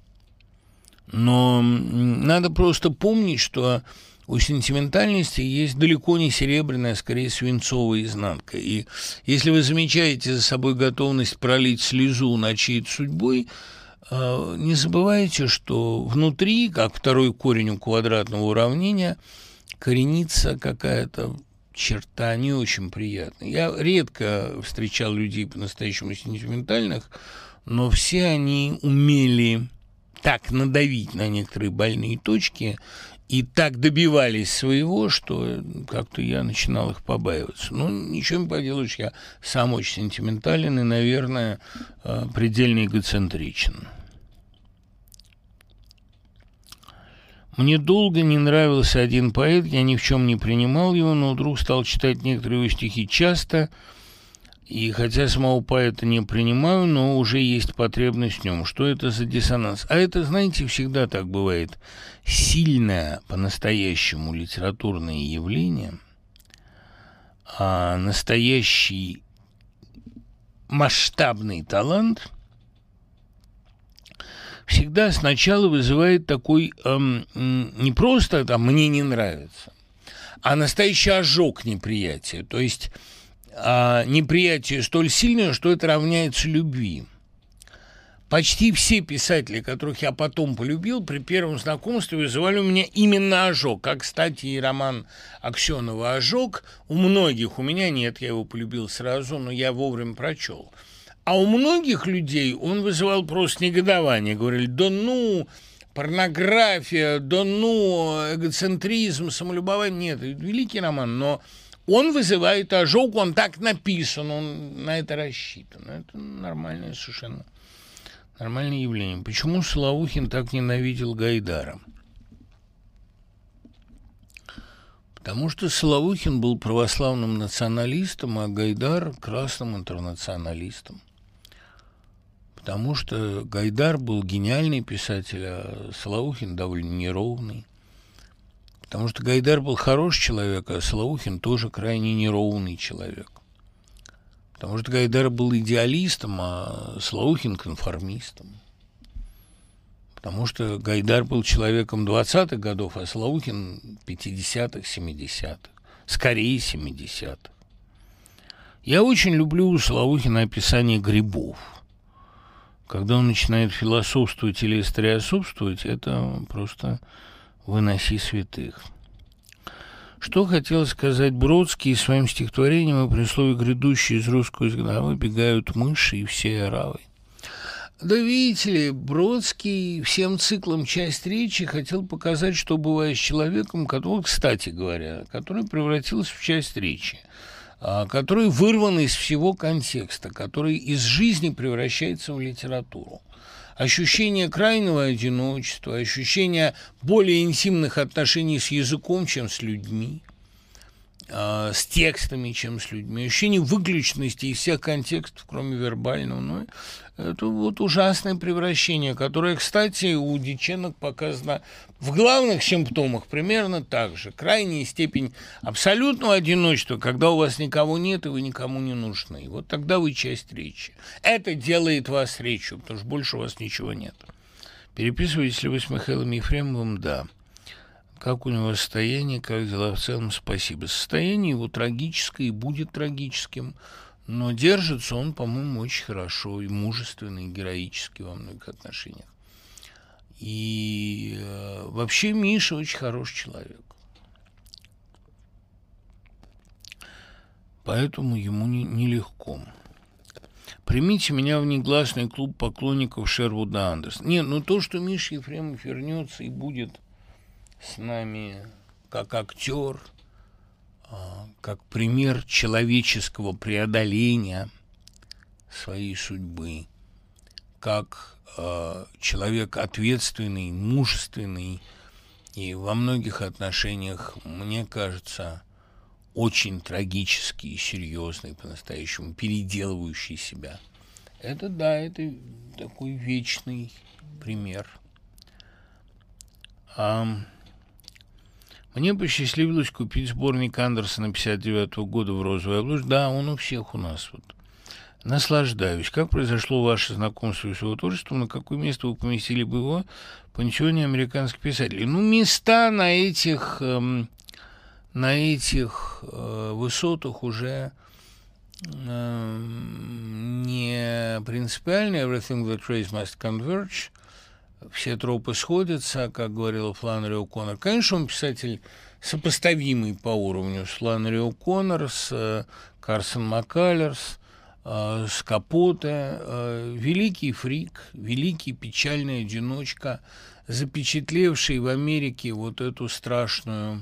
Но надо просто помнить, что у сентиментальности есть далеко не серебряная, а скорее свинцовая изнанка. И если вы замечаете за собой готовность пролить слезу над чьей-то судьбой, не забывайте, что внутри, как второй корень у квадратного уравнения, коренится какая-то черта не очень приятная. Я редко встречал людей по-настоящему сентиментальных, но все они умели так надавить на некоторые больные точки и так добивались своего, что как-то я начинал их побаиваться. Ну, ничего не поделаешь, я сам очень сентиментален и, наверное, предельно эгоцентричен. Мне долго не нравился один поэт, я ни в чем не принимал его, но вдруг стал читать некоторые его стихи часто, и хотя самого поэта не принимаю, но уже есть потребность в нем. Что это за диссонанс? А это, знаете, всегда так бывает. Сильное по-настоящему литературное явление, а настоящий масштабный талант – всегда сначала вызывает такой эм, не просто там «мне не нравится», а настоящий ожог неприятия. То есть э, неприятие столь сильное, что это равняется любви. Почти все писатели, которых я потом полюбил, при первом знакомстве вызывали у меня именно ожог. Как, кстати, и роман Аксенова «Ожог». У многих, у меня нет, я его полюбил сразу, но я вовремя прочел. А у многих людей он вызывал просто негодование. Говорили, да ну, порнография, да ну, эгоцентризм, самолюбование. Нет, это великий роман, но он вызывает ожог, он так написан, он на это рассчитан. Это нормальное совершенно, нормальное явление. Почему Соловухин так ненавидел Гайдара? Потому что Соловухин был православным националистом, а Гайдар – красным интернационалистом. Потому что Гайдар был гениальный писатель, а Соловухин довольно неровный. Потому что Гайдар был хороший человек, а Соловухин тоже крайне неровный человек. Потому что Гайдар был идеалистом, а Соловухин конформистом. Потому что Гайдар был человеком двадцатых годов, а Соловухин пятидесятых, семидесятых. Скорее семидесятых. Я очень люблю у Соловухина описание грибов. Когда он начинает философствовать или историософствовать, это просто выноси святых. Что хотел сказать Бродский своим стихотворением, и при слове «грядущие из русского изгнания выбегают мыши и все оравы». Да видите ли, Бродский всем циклом «Часть речи» хотел показать, что бывает с человеком, который, кстати говоря, который превратился в часть речи, который вырван из всего контекста, который из жизни превращается в литературу. Ощущение крайнего одиночества, ощущение более интимных отношений с языком, чем с людьми, с текстами, чем с людьми, ощущение выключенности из всех контекстов, кроме вербального. Ну, Это вот ужасное превращение, которое, кстати, у диченок показано в главных симптомах примерно так же. Крайняя степень абсолютного одиночества, когда у вас никого нет и вы никому не нужны. Вот тогда вы часть речи. Это делает вас речью, потому что больше у вас ничего нет. Переписываетесь ли вы с Михаилом Ефремовым? Да. Как у него состояние, как дела в целом? Спасибо. Состояние его трагическое и будет трагическим, но держится он, по-моему, очень хорошо, и мужественно, и героически во многих отношениях. И э, вообще Миша очень хороший человек. Поэтому ему не, нелегко. Примите меня в негласный клуб поклонников Шервуда Андерсона. Нет, ну то, что Миша Ефремов вернется и будет с нами как актер, как пример человеческого преодоления своей судьбы, как человек ответственный, мужественный и во многих отношениях, мне кажется, очень трагический и серьезный, по-настоящему переделывающий себя. Это, да, это такой вечный пример. А мне посчастливилось купить сборник Андерсона пятьдесят девятого года в розовой обложке. Да, он у всех у нас. Вот. Наслаждаюсь. Как произошло ваше знакомство с его творчеством? На какое место вы поместили бы его в пантеоне американских писателей? Ну, места на этих, эм, на этих э, высотах уже э, не принципиально. Everything that race must converge. Все тропы сходятся, как говорила Фланнери О'Коннор. Конечно, он писатель сопоставимый по уровню с Фланнери О'Коннор, с Карсон Маккалерс, с Капоте. Великий фрик, великий печальный одиночка, запечатлевший в Америке вот эту страшную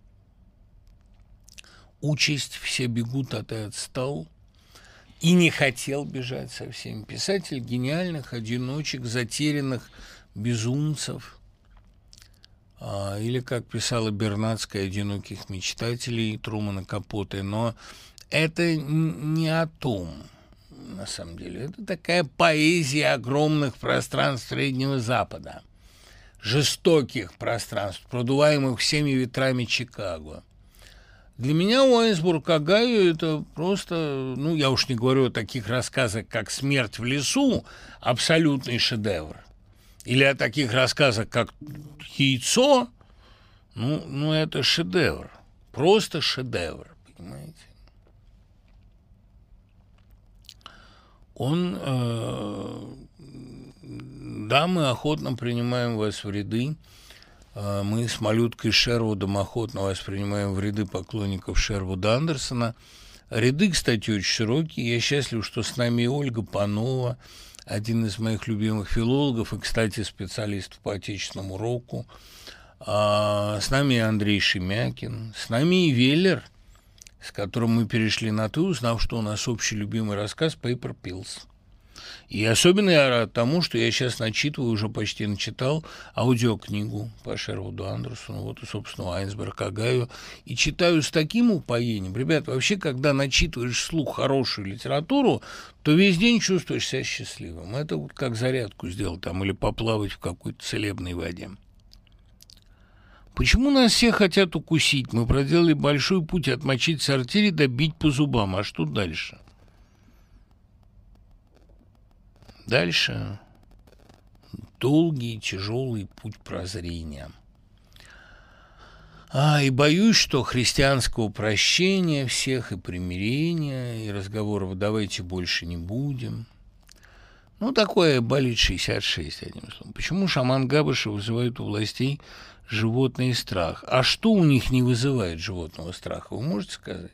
участь. Все бегут, а ты отстал. И не хотел бежать совсем. Писатель гениальных одиночек, затерянных безумцев, а, или, как писала Бернацкая, одиноких мечтателей Трумана Капоте. Но это не о том, на самом деле. Это такая поэзия огромных пространств Среднего Запада, жестоких пространств, продуваемых всеми ветрами Чикаго. Для меня Уайнсбург Огайо – это просто, ну, я уж не говорю о таких рассказах, как «Смерть в лесу», абсолютный шедевр. Или о таких рассказах, как «Яйцо», ну, ну это шедевр, просто шедевр, понимаете. Он, э, да, мы охотно принимаем вас в ряды, э, мы с малюткой Шервудом охотно вас принимаем в ряды поклонников Шервуда Андерсона. Ряды, кстати, очень широкие. Я счастлив, что с нами и Ольга Панова, один из моих любимых филологов и, кстати, специалист по отечественному року. А с нами и Андрей Шемякин, с нами и Веллер, с которым мы перешли на «ты», узнав, что у нас общий любимый рассказ «Paper Pills». И особенно я рад тому, что я сейчас начитываю, уже почти начитал аудиокнигу по Шервуду Андерсону, вот и, собственно, Уайнсбург Огайо, и читаю с таким упоением. Ребят, вообще, когда начитываешь вслух хорошую литературу, то весь день чувствуешь себя счастливым. Это вот как зарядку сделать там или поплавать в какой-то целебной воде. Почему нас все хотят укусить? Мы проделали большой путь отмочить в сортире, добить по зубам. А что дальше? Дальше долгий, тяжелый путь прозрения. А, и боюсь, что христианского прощения всех и примирения, и разговоров «давайте больше не будем». Ну, такое болит шестьдесят шесть, одним словом. Почему шаман Габыша вызывает у властей животный страх? А что у них не вызывает животного страха, вы можете сказать?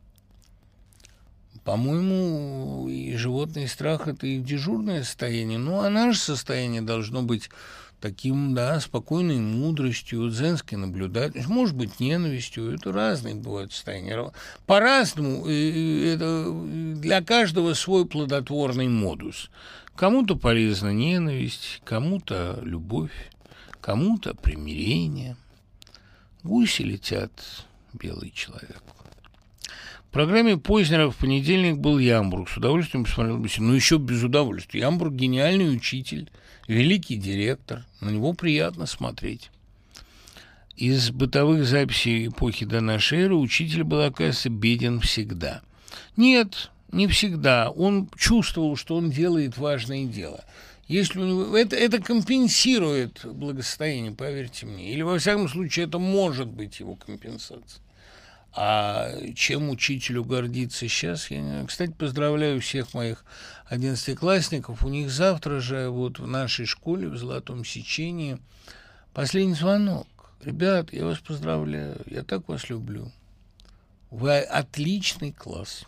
По-моему, и животный страх – это и дежурное состояние. Ну, а наше состояние должно быть таким, да, спокойной мудростью, дзенской наблюдательностью, может быть, ненавистью. Это разные бывают состояния. По-разному. Это для каждого свой плодотворный модус. Кому-то полезна ненависть, кому-то любовь, кому-то примирение. Гуси летят, белый человек. В программе Познера в понедельник был Ямбург. С удовольствием посмотрел беседу. Ну, еще без удовольствия. Ямбург – гениальный учитель, великий директор. На него приятно смотреть. Из бытовых записей эпохи до нашей эры учитель был, оказывается, беден всегда. Нет, не всегда. Он чувствовал, что он делает важное дело. Если у него... это, это компенсирует благосостояние, поверьте мне. Или, во всяком случае, это может быть его компенсацией. А чем учителю гордиться сейчас? Я, кстати, поздравляю всех моих одиннадцатиклассников. У них завтра же вот в нашей школе, в Золотом Сечении, последний звонок. Ребят, я вас поздравляю, я так вас люблю. Вы отличный класс.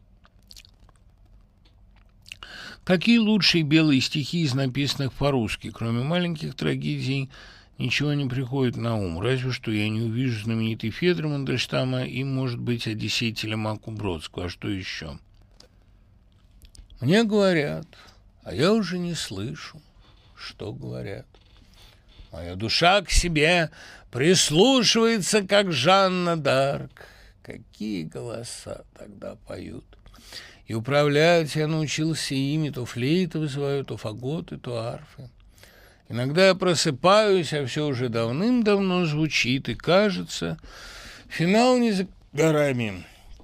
Какие лучшие белые стихи из написанных по-русски? Кроме маленьких трагедий ничего не приходит на ум. Разве что я не увижу знаменитый Федор Мандельштама и, может быть, Одиссей Телемаку Бродского. А что еще? Мне говорят, а я уже не слышу, что говорят. Моя душа к себе прислушивается, как Жанна д'Арк. Какие голоса тогда поют. И управлять я научился ими, то флейты вызываю, то фаготы, то арфы. Иногда я просыпаюсь, а все уже давным-давно звучит, и кажется, финал не за горами.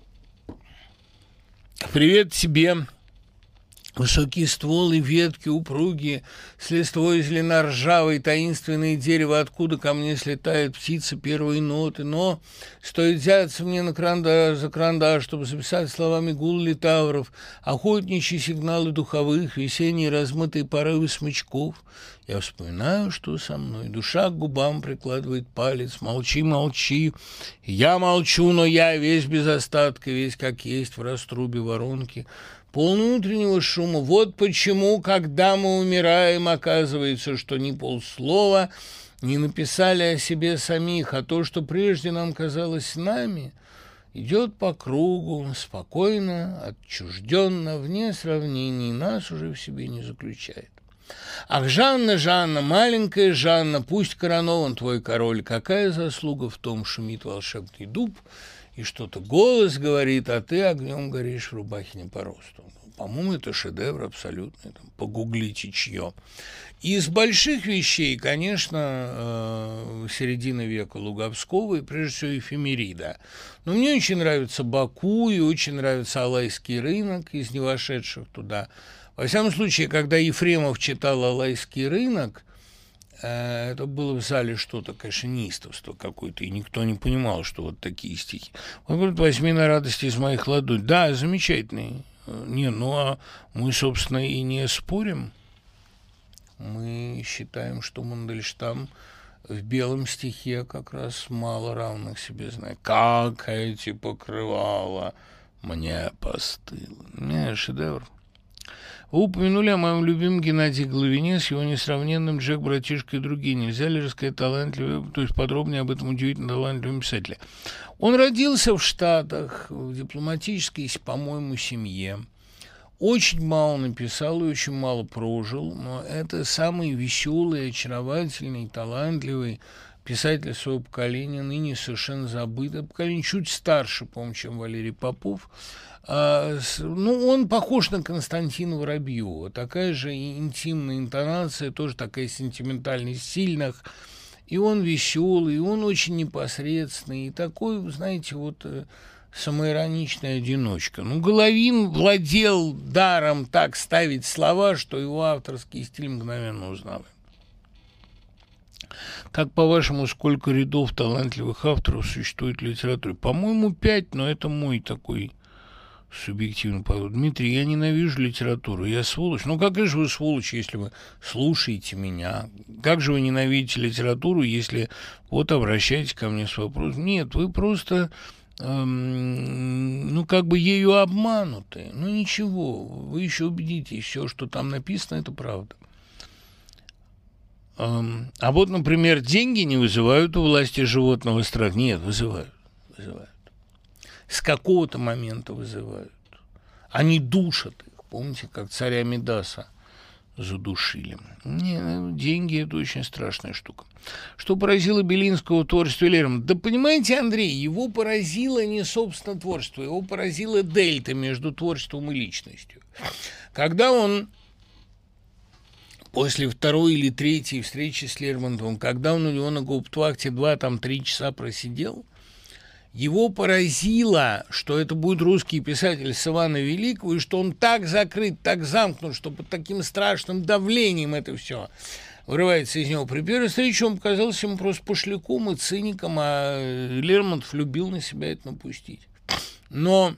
Привет тебе. Высокие стволы, ветки, упругие, с листвой зеленоржавой, таинственное дерево, откуда ко мне слетают птицы первые ноты. Но стоит взяться мне на карандаш, за карандаш, чтобы записать словами гул литавров, охотничьи сигналы духовых, весенние размытые порывы смычков. Я вспоминаю, что со мной. Душа к губам прикладывает палец. Молчи, молчи. Я молчу, но я весь без остатка, весь как есть в раструбе воронки. Полный утреннего шума. Вот почему, когда мы умираем, оказывается, что ни полслова не написали о себе самих, а то, что прежде нам казалось нами, идет по кругу, спокойно, отчужденно, вне сравнений, нас уже в себе не заключает. Ах, Жанна, Жанна, маленькая Жанна, пусть коронован твой король, какая заслуга в том, шумит волшебный дуб, и что-то голос говорит, а ты огнем горишь в рубахе не по росту. По-моему, это шедевр абсолютный. Там, погуглите, чье. Из больших вещей, конечно, середина века Луговского и, прежде всего, Эфемерида. Но мне очень нравится Баку и очень нравится Алайский рынок из не вошедших туда. Во всяком случае, когда Ефремов читал Алайский рынок, это было в зале что-то, конечно, неистовство какое-то, и никто не понимал, что вот такие стихи. Он говорит, возьми на радости из моих ладоней. Да, замечательный. Не, ну а мы, собственно, и не спорим. Мы считаем, что Мандельштам в белом стихе как раз мало равных себе знает. Как эти покрывала мне постыло. Не, шедевр. Вы упомянули о моем любимом Геннадии Головине с его несравненным Джек, братишкой и другие. Нельзя ли рассказать талантливее, то есть подробнее об этом удивительно талантливом писателе? Он родился в Штатах, в дипломатической, по-моему, семье. Очень мало написал и очень мало прожил, но это самый веселый, очаровательный, талантливый писатель своего поколения, ныне совершенно забытый. Поколение чуть старше, по-моему, чем Валерий Попов. А, ну, он похож на Константина Воробьева. Такая же интимная интонация, тоже такая сентиментальность сильных. И он веселый, и он очень непосредственный. И такой, знаете, вот самоироничная одиночка. Ну, Головин владел даром так ставить слова, что его авторский стиль мгновенно узнаваем. Как, по-вашему, сколько рядов талантливых авторов существует в литературе? По-моему, пять, но это мой такой субъективный подход. Дмитрий, я ненавижу литературу, я сволочь. Ну, какая же вы сволочь, если вы слушаете меня? Как же вы ненавидите литературу, если вот обращаетесь ко мне с вопросом? Нет, вы просто, эм, ну, как бы ею обмануты. Ну, ничего, вы еще убедитесь, все, что там написано, это правда. Эм, а вот, например, деньги не вызывают у власти животного страх. Нет, вызывают, вызывают. С какого-то момента вызывают. Они душат их. Помните, как царя Мидаса задушили. Не, деньги – это очень страшная штука. Что поразило Белинского в творчестве Лермонтова? Да понимаете, Андрей, его поразило не собственно творчество, его поразила дельта между творчеством и личностью. Когда он после второй или третьей встречи с Лермонтовым, когда он у него на гауптвахте два, там, три часа просидел, его поразило, что это будет русский писатель с Ивана Великого, и что он так закрыт, так замкнут, что под таким страшным давлением это все вырывается из него. При первой встрече он показался ему просто пошляком и циником, а Лермонтов любил на себя это напустить. Но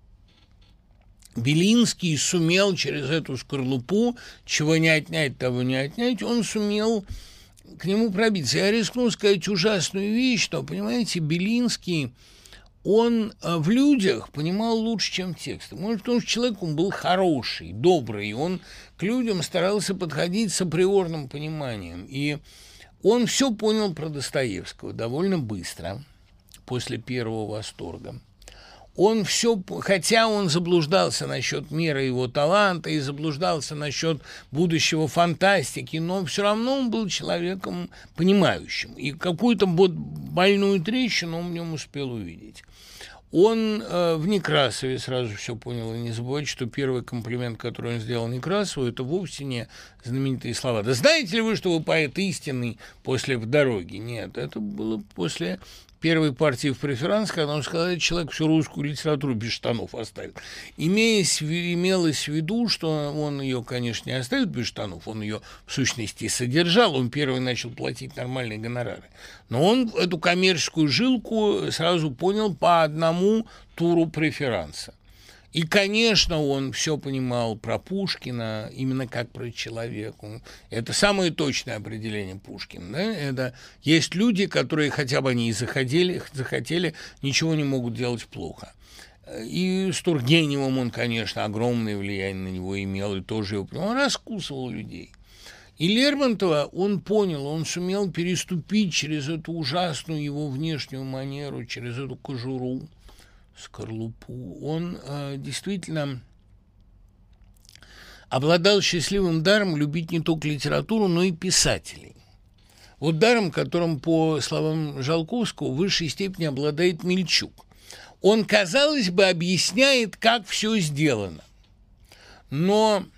Белинский сумел через эту скорлупу, чего не отнять, того не отнять, он сумел к нему пробиться. Я рискну сказать ужасную вещь, что, понимаете, Белинский, он в людях понимал лучше, чем в текстах. Может, потому что человек он был хороший, добрый, он к людям старался подходить с априорным пониманием. И он все понял про Достоевского довольно быстро, после первого восторга. Он все, хотя он заблуждался насчет меры его таланта и заблуждался насчет будущего фантастики, но все равно он был человеком понимающим. И какую-то вот больную трещину он в нем успел увидеть. Он э, в Некрасове сразу все понял. И не забывайте, что первый комплимент, который он сделал Некрасову, это вовсе не знаменитые слова. «Да знаете ли вы, что вы поэт истинный после «В дороге»?» Нет, это было после первой партии в преферанс, когда он сказал, что человек всю русскую литературу без штанов оставит. Имеясь, имелось в виду, что он ее, конечно, не оставит без штанов, он ее, в сущности, содержал, он первый начал платить нормальные гонорары. Но он эту коммерческую жилку сразу понял по одному туру преферанса. И, конечно, он все понимал про Пушкина именно как про человека. Это самое точное определение Пушкина. Да? Это есть люди, которые, хотя бы они и захотели, захотели, ничего не могут делать плохо. И с Тургеневым он, конечно, огромное влияние на него имел, и тоже его понимал. Он раскусывал людей. И Лермонтова он понял, он сумел переступить через эту ужасную его внешнюю манеру, через эту кожуру, скорлупу. Он э, действительно обладал счастливым даром любить не только литературу, но и писателей. Вот даром, которым, по словам Жалковского, в высшей степени обладает Мельчук. Он, казалось бы, объясняет, как все сделано. Но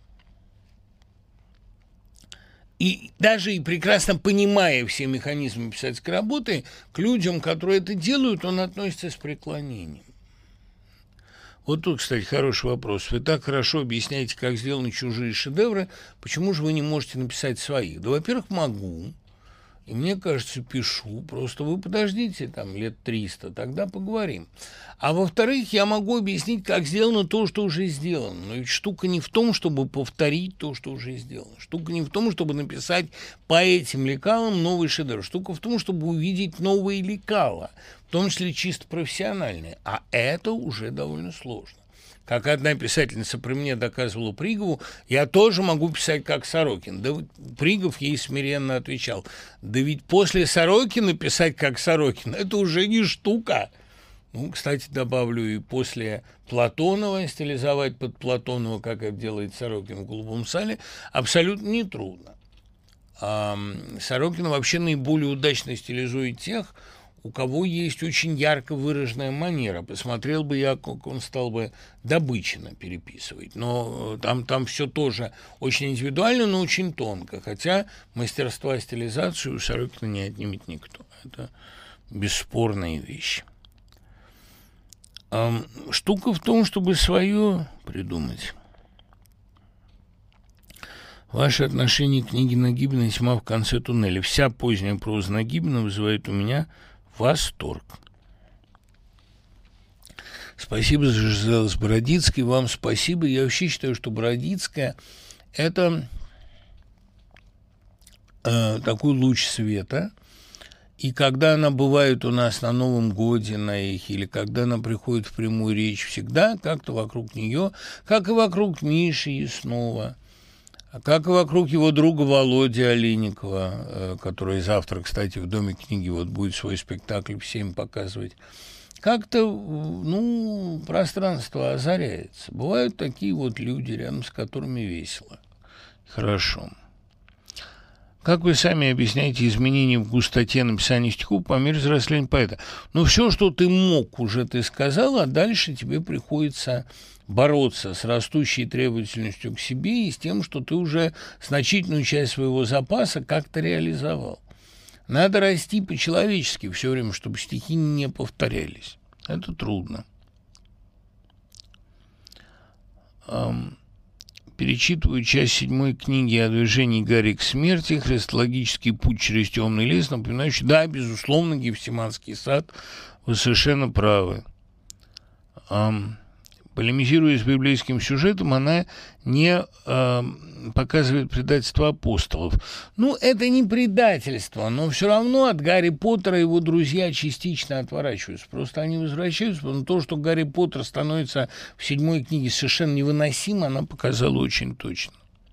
и даже и прекрасно понимая все механизмы писательской работы, к людям, которые это делают, он относится с преклонением. Вот тут, кстати, хороший вопрос. Вы так хорошо объясняете, как сделаны чужие шедевры, почему же вы не можете написать своих? Да, во-первых, могу. И мне кажется, пишу. Просто вы подождите там лет триста, тогда поговорим. А во-вторых, я могу объяснить, как сделано то, что уже сделано. Но ведь штука не в том, чтобы повторить то, что уже сделано. Штука не в том, чтобы написать по этим лекалам новый шедевр. Штука в том, чтобы увидеть новые лекала, в том числе чисто профессиональные. А это уже довольно сложно. Как одна писательница при мне доказывала Пригову, я тоже могу писать как Сорокин. Да Пригов ей смиренно отвечал, да ведь после Сорокина писать как Сорокин – это уже не штука. Ну, кстати, добавлю, и после Платонова стилизовать под Платонова, как это делает Сорокин в «Голубом сале», абсолютно нетрудно. А Сорокин вообще наиболее удачно стилизует тех, у кого есть очень ярко выраженная манера. Посмотрел бы я, как он стал бы Добычина переписывать. Но там, там все тоже очень индивидуально, но очень тонко. Хотя мастерства стилизации у Сорокина не отнимет никто. Это бесспорная вещь. А, штука в том, чтобы свое придумать. Ваше отношение к книге Нагибина «Тьма в конце туннеля». Вся поздняя проза Нагибина вызывает у меня восторг. Спасибо за Бородицкой. Вам спасибо. Я вообще считаю, что Бородицкая – это э, такой луч света. И когда она бывает у нас на Новом годе на Эхе, или когда она приходит в прямую речь, всегда как-то вокруг нее, как и вокруг Миши Яснова, как и вокруг его друга Володи Олейникова, который завтра, кстати, в Доме книги вот будет свой спектакль в семь показывать, как-то, ну, пространство озаряется. Бывают такие вот люди, рядом с которыми весело. Хорошо. Как вы сами объясняете изменения в густоте написания стихов по мере взросления поэта? Ну, все, что ты мог, уже ты сказал, а дальше тебе приходится бороться с растущей требовательностью к себе и с тем, что ты уже значительную часть своего запаса как-то реализовал. Надо расти по-человечески все время, чтобы стихи не повторялись. Это трудно. Перечитываю часть седьмой книги о движении Гарри к смерти, христологический путь через темный лес, напоминающий, да, безусловно, Гефсиманский сад, вы совершенно правы. Полемизируя с библейским сюжетом, она не э, показывает предательство апостолов. Ну, это не предательство, но все равно от Гарри Поттера его друзья частично отворачиваются. Просто они возвращаются, но то, что Гарри Поттер становится в седьмой книге совершенно невыносимо, она показала очень точно.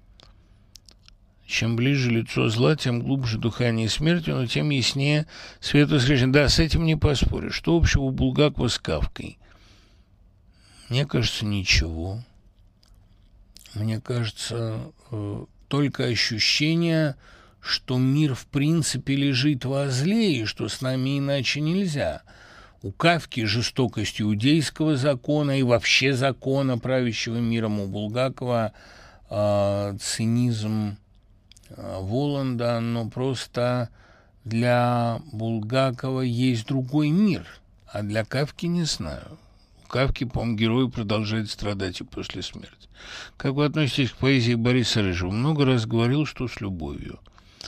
Чем ближе лицо зла, тем глубже дыхание смерти, но тем яснее светоотражение. Да, с этим не поспоришь. Что общего у Булгакова с Кафкой? Мне кажется, ничего. Мне кажется, э, только ощущение, что мир в принципе лежит во зле, и что с нами иначе нельзя. У Кафки жестокость иудейского закона и вообще закона, правящего миром, у Булгакова э, цинизм э, Воланда, но просто для Булгакова есть другой мир, а для Кафки не знаю. У Кафки, по-моему, герой продолжает страдать и после смерти. Как вы относитесь к поэзии Бориса Рыжего? Много раз говорил, что с любовью.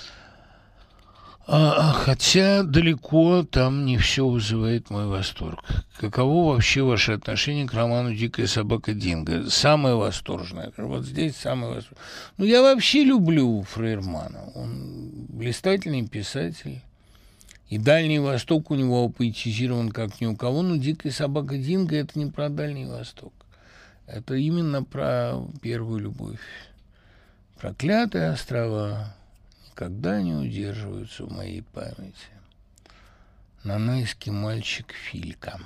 А, хотя далеко там не все вызывает мой восторг. Каково вообще ваше отношение к роману «Дикая собака Динго»? Самое восторженное. Вот здесь самое восторженное. Ну, я вообще люблю Фрейрмана. Он блистательный писатель. И Дальний Восток у него поэтизирован как ни у кого, но «Дикая собака Динго» — это не про Дальний Восток. Это именно про первую любовь. Проклятые острова никогда не удерживаются в моей памяти. Нанайский мальчик Филька.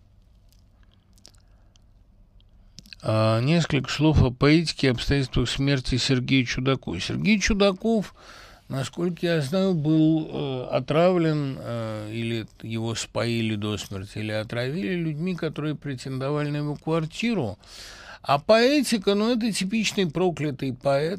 А несколько слов о поэтике и обстоятельствах смерти Сергея Чудакова. Сергей Чудаков, насколько я знаю, был э, отравлен, э, или его споили до смерти, или отравили людьми, которые претендовали на его квартиру. А поэтика, ну, это типичный проклятый поэт.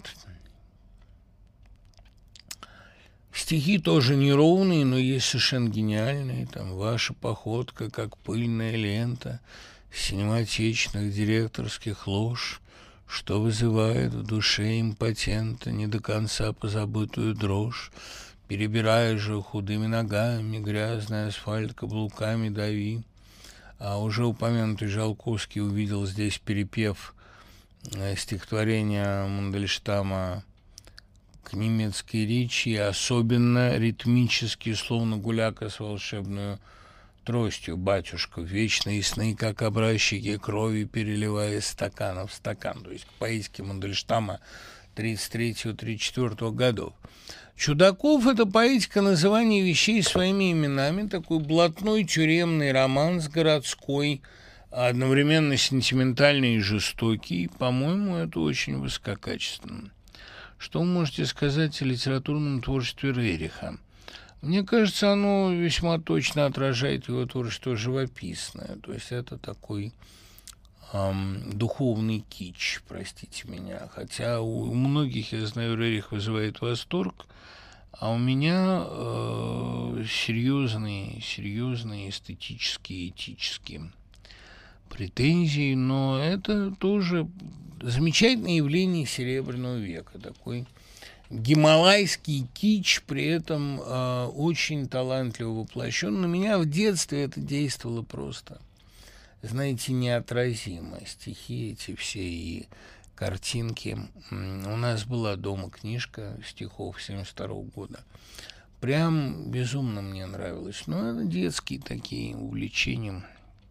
Стихи тоже неровные, но есть совершенно гениальные. Там «Ваша походка, как пыльная лента синематечных директорских лож, что вызывает в душе импотента не до конца позабытую дрожь. Перебирая же худыми ногами грязный асфальт каблуками дави». А уже упомянутый Жалковский увидел здесь перепев стихотворения Мандельштама к немецкой речи, особенно ритмически, словно гуляка с волшебную тростью. «Батюшка, вечные сны, как образчики крови, переливая из стакана в стакан». То есть к поэтике Мандельштама тридцать третьего — тридцать четвёртого годов. Чудаков — это поэтика называния вещей своими именами, такой блатной тюремный роман с городской, одновременно сентиментальный и жестокий. По-моему, это очень высококачественно. Что вы можете сказать о литературном творчестве Рериха? Мне кажется, оно весьма точно отражает его творчество живописное. То есть это такой эм, духовный кич, простите меня. Хотя у многих, я знаю, Рерих вызывает восторг, а у меня э, серьезные, серьезные эстетические, этические претензии, но это тоже замечательное явление Серебряного века, такой гималайский кич, при этом э, очень талантливо воплощен. На меня в детстве это действовало просто, знаете, неотразимо. Стихи эти все и картинки. У нас была дома книжка стихов семьдесят второго года. Прям безумно мне нравилось. Но это детские такие увлечения.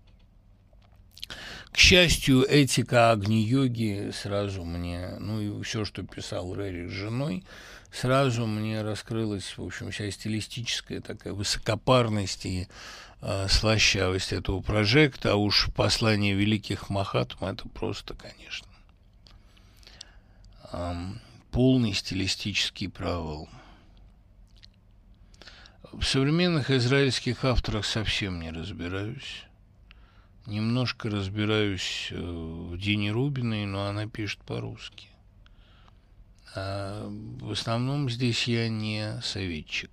К счастью, этика Агни-йоги сразу мне, ну и все, что писал Рерих с женой, сразу мне раскрылась, в общем, вся стилистическая такая высокопарность и э, слащавость этого прожекта, а уж послание великих Махатм — это просто, конечно, э, полный стилистический провал. В современных израильских авторах совсем не разбираюсь. Немножко разбираюсь в Дине Рубиной, но она пишет по-русски. А в основном здесь я не советчик.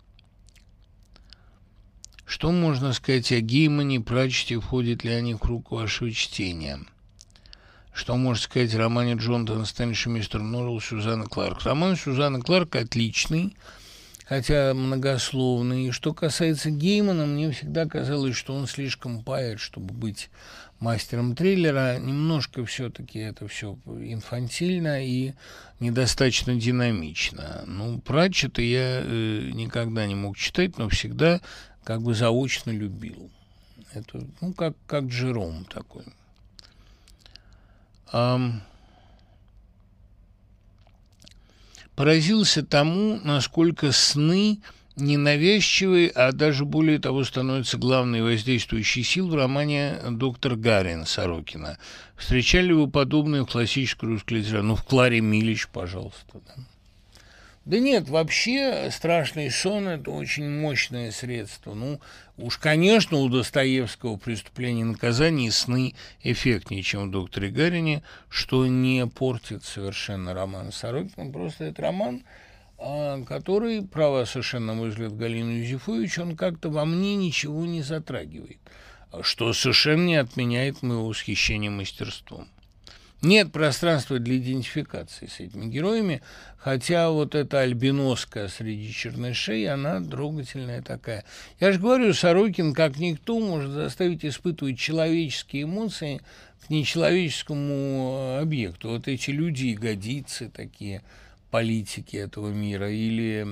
Что можно сказать о Геймане, Пратчетте, входят ли они в круг вашего чтения? Что можно сказать о романе Джонатана Стрэнджа «Мистер Норрелл» Сюзанны Кларк? Роман Сюзанны Кларк отличный, хотя многословный. И что касается Геймана, мне всегда казалось, что он слишком поэт, чтобы быть мастером триллера. Немножко все-таки это все инфантильно и недостаточно динамично. Ну, Пратчетта я э, никогда не мог читать, но всегда как бы заочно любил. Это, ну, как, как Джером такой. Um, поразился тому, насколько сны ненавязчивые, а даже более того становятся главной воздействующей силой в романе «Доктор Гарин» Сорокина. Встречали вы подобные в классической русской литературе? Ну, в Кларе Милич, пожалуйста. Да. Да нет, вообще страшный сон – это очень мощное средство. Ну, уж, конечно, у Достоевского «Преступление и наказание» сны эффектнее, чем в «Докторе Гарине», что не портит совершенно роман Сорокина. Просто это роман, который, права совершенно, на мой взгляд, Галина Юзефович, он как-то во мне ничего не затрагивает, что совершенно не отменяет моего восхищения мастерством. Нет пространства для идентификации с этими героями, хотя вот эта альбиноска среди чернышей, она трогательная такая. Я же говорю, Сорокин, как никто, может заставить испытывать человеческие эмоции к нечеловеческому объекту. Вот эти люди-ягодицы такие, политики этого мира, или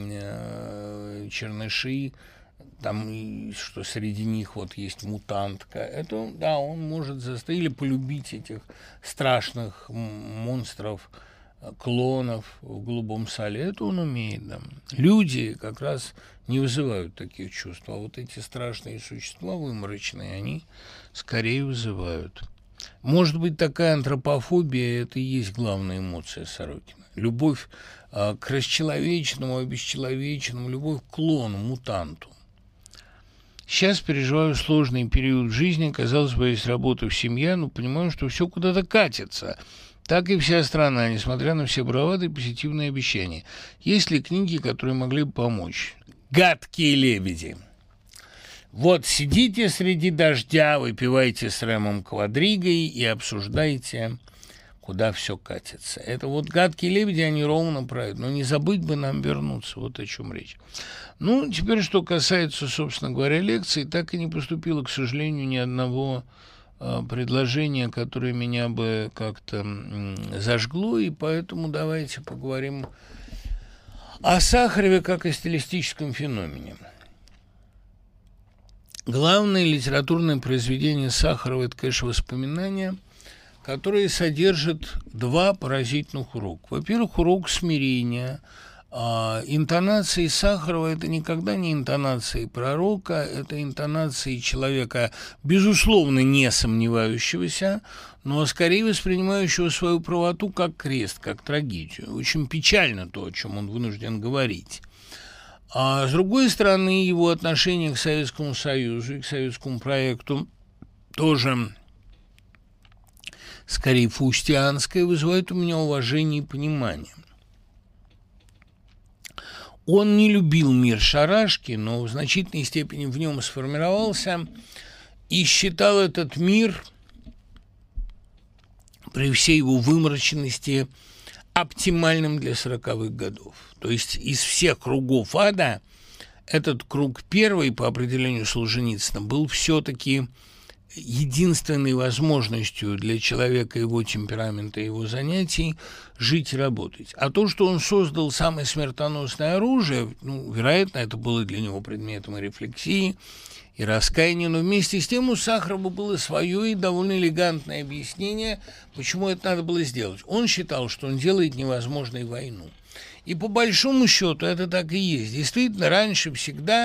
э, черныши, там, что среди них вот есть мутантка, это, да, он может заставить, или полюбить этих страшных монстров, клонов в «Голубом сале», это он умеет, да. Люди как раз не вызывают таких чувств, а вот эти страшные существа выморочные, они скорее вызывают. Может быть, такая антропофобия – это и есть главная эмоция Сорокина. Любовь а, к расчеловеченному, обесчеловеченному, любовь к клону, мутанту. Сейчас переживаю сложный период в жизни, казалось бы, есть работа, в семье, но понимаю, что все куда-то катится. Так и вся страна, несмотря на все бравады и позитивные обещания. Есть ли книги, которые могли бы помочь? «Гадкие лебеди». Вот сидите среди дождя, выпивайте с Рэмом Квадригой и обсуждаете, куда все катится. Это вот «Гадкие лебеди», они ровно про это. Но не забыть бы нам вернуться, вот о чем речь. Ну, теперь, что касается, собственно говоря, лекций, так и не поступило, к сожалению, ни одного э, предложения, которое меня бы как-то м, зажгло, и поэтому давайте поговорим о Сахарове как о стилистическом феномене. Главное литературное произведение Сахарова – это, конечно, «Воспоминания», которые содержат два поразительных урока. Во-первых, урок смирения. Интонации Сахарова – это никогда не интонации пророка, это интонации человека, безусловно, не сомневающегося, но скорее воспринимающего свою правоту как крест, как трагедию. Очень печально то, о чем он вынужден говорить. А с другой стороны, его отношение к Советскому Союзу и к советскому проекту тоже скорее фаустианское, вызывает у меня уважение и понимание. Он не любил мир шарашки, но в значительной степени в нем сформировался и считал этот мир при всей его вымороченности оптимальным для сороковых годов. То есть из всех кругов ада этот круг первый, по определению Солженицына, был все-таки единственной возможностью для человека его темперамента, его занятий жить и работать. А то, что он создал самое смертоносное оружие, ну, вероятно, это было для него предметом и рефлексии, и раскаяния, но вместе с тем у Сахарова было свое и довольно элегантное объяснение, почему это надо было сделать. Он считал, что он делает невозможной войну. И по большому счету это так и есть. Действительно, раньше всегда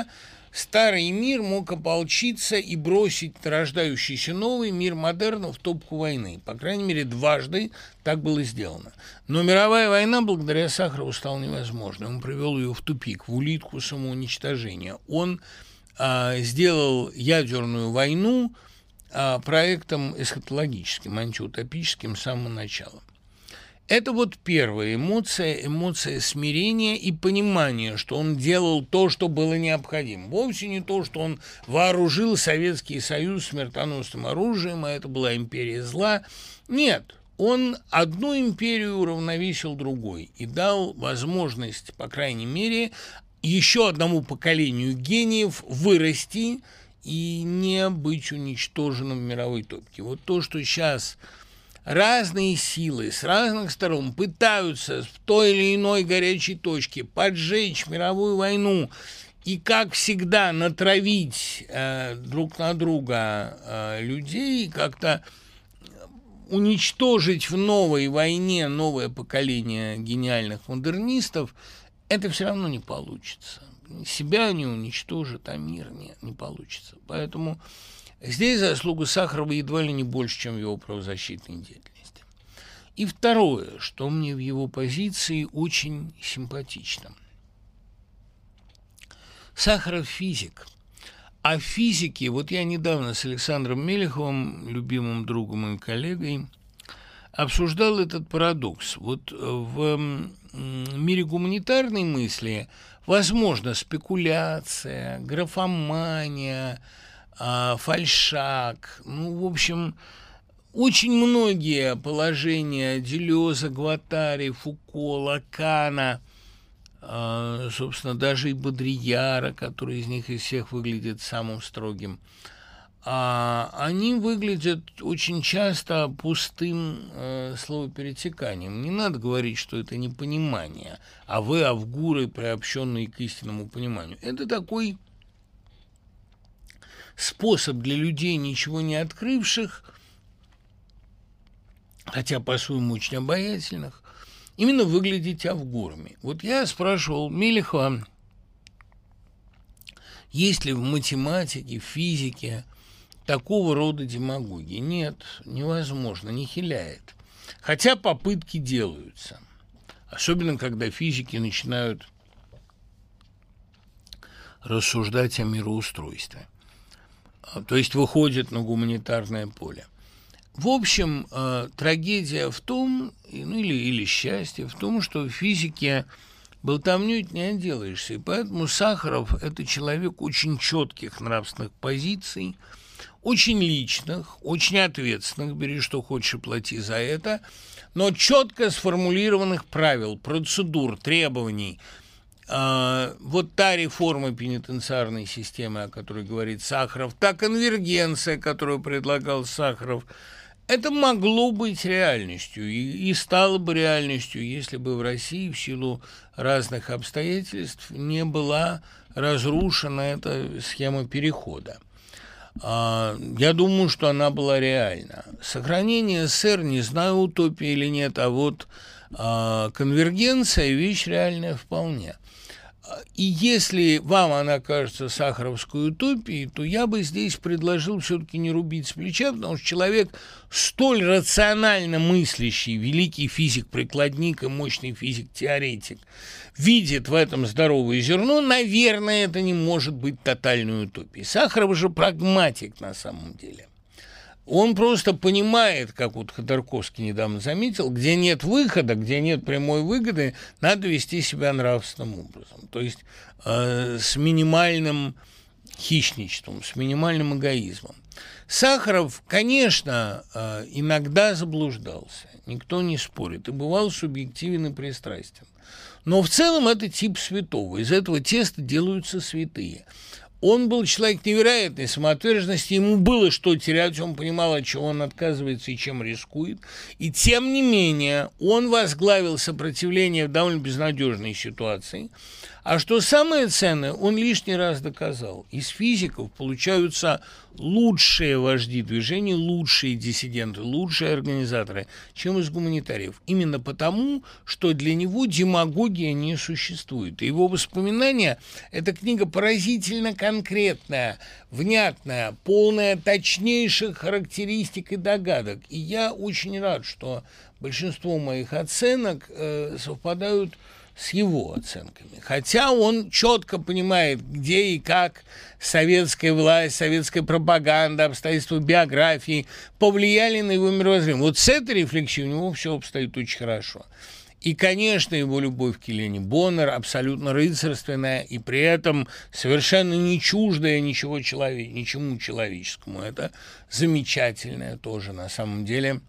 старый мир мог ополчиться и бросить рождающийся новый мир модерна в топку войны. По крайней мере, дважды так было сделано. Но мировая война благодаря Сахарову стала невозможной. Он привел ее в тупик, в улитку самоуничтожения. Он а, сделал ядерную войну а, проектом эсхатологическим, антиутопическим с самого начала. Это вот первая эмоция, эмоция смирения и понимания, что он делал то, что было необходимо. Вовсе не то, что он вооружил Советский Союз смертоносным оружием, а это была империя зла. Нет, он одну империю уравновесил другой и дал возможность, по крайней мере, еще одному поколению гениев вырасти и не быть уничтоженным в мировой топке. Вот то, что сейчас разные силы с разных сторон пытаются в той или иной горячей точке поджечь мировую войну и, как всегда, натравить э, друг на друга э, людей, как-то уничтожить в новой войне новое поколение гениальных модернистов, это все равно не получится. Себя не уничтожит, а мир не, не получится. Поэтому здесь заслуга Сахарова едва ли не больше, чем в его правозащитной деятельности. И второе, что мне в его позиции очень симпатично. Сахаров физик. А в физике, вот я недавно с Александром Мелеховым, любимым другом и коллегой, обсуждал этот парадокс. Вот в мире гуманитарной мысли возможна спекуляция, графомания, фальшак, ну, в общем, очень многие положения Делеза, Гваттари, Фуко, Лакана, собственно, даже и Бодрияра, который из них из всех выглядит самым строгим, они выглядят очень часто пустым словоперетеканием. Не надо говорить, что это непонимание, а вы авгуры, приобщенные к истинному пониманию. Это такой способ для людей, ничего не открывших, хотя по-своему очень обаятельных, именно выглядеть авгурами. Вот я спрашивал Мелехова, есть ли в математике, в физике такого рода демагогии. Нет, невозможно, не хиляет. Хотя попытки делаются. Особенно, когда физики начинают рассуждать о мироустройстве. То есть выходит на гуманитарное поле. В общем, э, трагедия в том, ну или, или счастье в том, что в физике болтовнёй не отделаешься. И поэтому Сахаров – это человек очень четких нравственных позиций, очень личных, очень ответственных, бери что хочешь и плати за это, но четко сформулированных правил, процедур, требований. Вот та реформа пенитенциарной системы, о которой говорит Сахаров, та конвергенция, которую предлагал Сахаров, это могло быть реальностью и, и стало бы реальностью, если бы в России в силу разных обстоятельств не была разрушена эта схема перехода. Я думаю, что она была реальна. Сохранение СССР, не знаю, утопия или нет, а вот конвергенция – вещь реальная вполне. И если вам она кажется сахаровской утопией, то я бы здесь предложил все-таки не рубить с плеча, потому что человек столь рационально мыслящий, великий физик-прикладник и мощный физик-теоретик, видит в этом здоровое зерно, наверное, это не может быть тотальной утопией. Сахаров же прагматик на самом деле. Он просто понимает, как вот Ходорковский недавно заметил, где нет выхода, где нет прямой выгоды, надо вести себя нравственным образом. То есть э, с минимальным хищничеством, с минимальным эгоизмом. Сахаров, конечно, э, иногда заблуждался, никто не спорит, и бывал субъективен и пристрастен. Но в целом это тип святого, из этого теста делаются святые. Он был человек невероятной самоотверженности, ему было что терять, он понимал, от чего он отказывается и чем рискует. И тем не менее он возглавил сопротивление в довольно безнадежной ситуации. А что самое ценное, он лишний раз доказал. Из физиков получаются лучшие вожди движений, лучшие диссиденты, лучшие организаторы, чем из гуманитариев. Именно потому, что для него демагогия не существует. И его воспоминания – это книга поразительно конкретная, внятная, полная точнейших характеристик и догадок. И я очень рад, что большинство моих оценок э, совпадают с его оценками. Хотя он четко понимает, где и как советская власть, советская пропаганда, обстоятельства биографии повлияли на его мировоззрение. Вот с этой рефлексией у него все обстоит очень хорошо. И, конечно, его любовь к Елене Боннер абсолютно рыцарственная и при этом совершенно не чуждая ничего человек, ничему человеческому. Это замечательное тоже на самом деле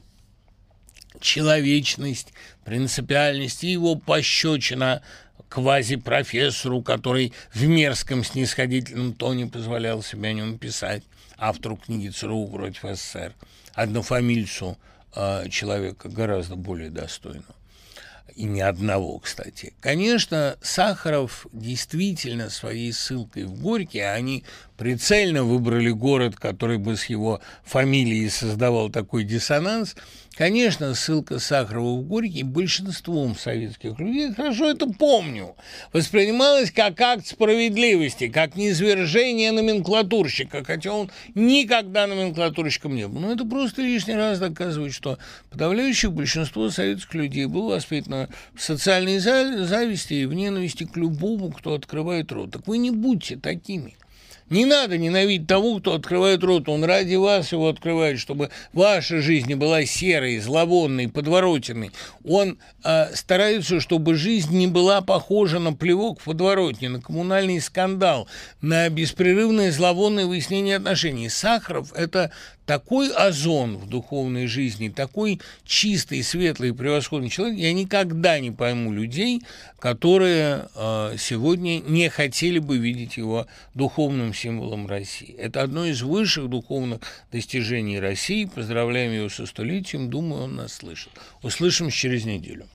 человечность, принципиальность и его пощечина квазипрофессору, который в мерзком снисходительном тоне позволял себе о нем писать, автору книги ЦРУ против СССР, однофамильцу э, человека гораздо более достойного. И ни одного, кстати. Конечно, Сахаров действительно своей ссылкой в Горький, они прицельно выбрали город, который бы с его фамилией создавал такой диссонанс. Конечно, ссылка Сахарова в Горький большинством советских людей, хорошо это помню, воспринималась как акт справедливости, как низвержение номенклатурщика, хотя он никогда номенклатурщиком не был. Но это просто лишний раз доказывает, что подавляющее большинство советских людей было воспитано в социальной зависти и в ненависти к любому, кто открывает рот. Так вы не будьте такими. Не надо ненавидеть того, кто открывает рот. Он ради вас его открывает, чтобы ваша жизнь не была серой, зловонной, подворотенной. Он э, старается, чтобы жизнь не была похожа на плевок в подворотне, на коммунальный скандал, на беспрерывное зловонное выяснение отношений. Сахаров – это такой озон в духовной жизни, такой чистый, светлый, превосходный человек. Я никогда не пойму людей, которые э, сегодня не хотели бы видеть его духовным символом России. Это одно из высших духовных достижений России. Поздравляем его со столетием. Думаю, он нас слышит. Услышимся через неделю.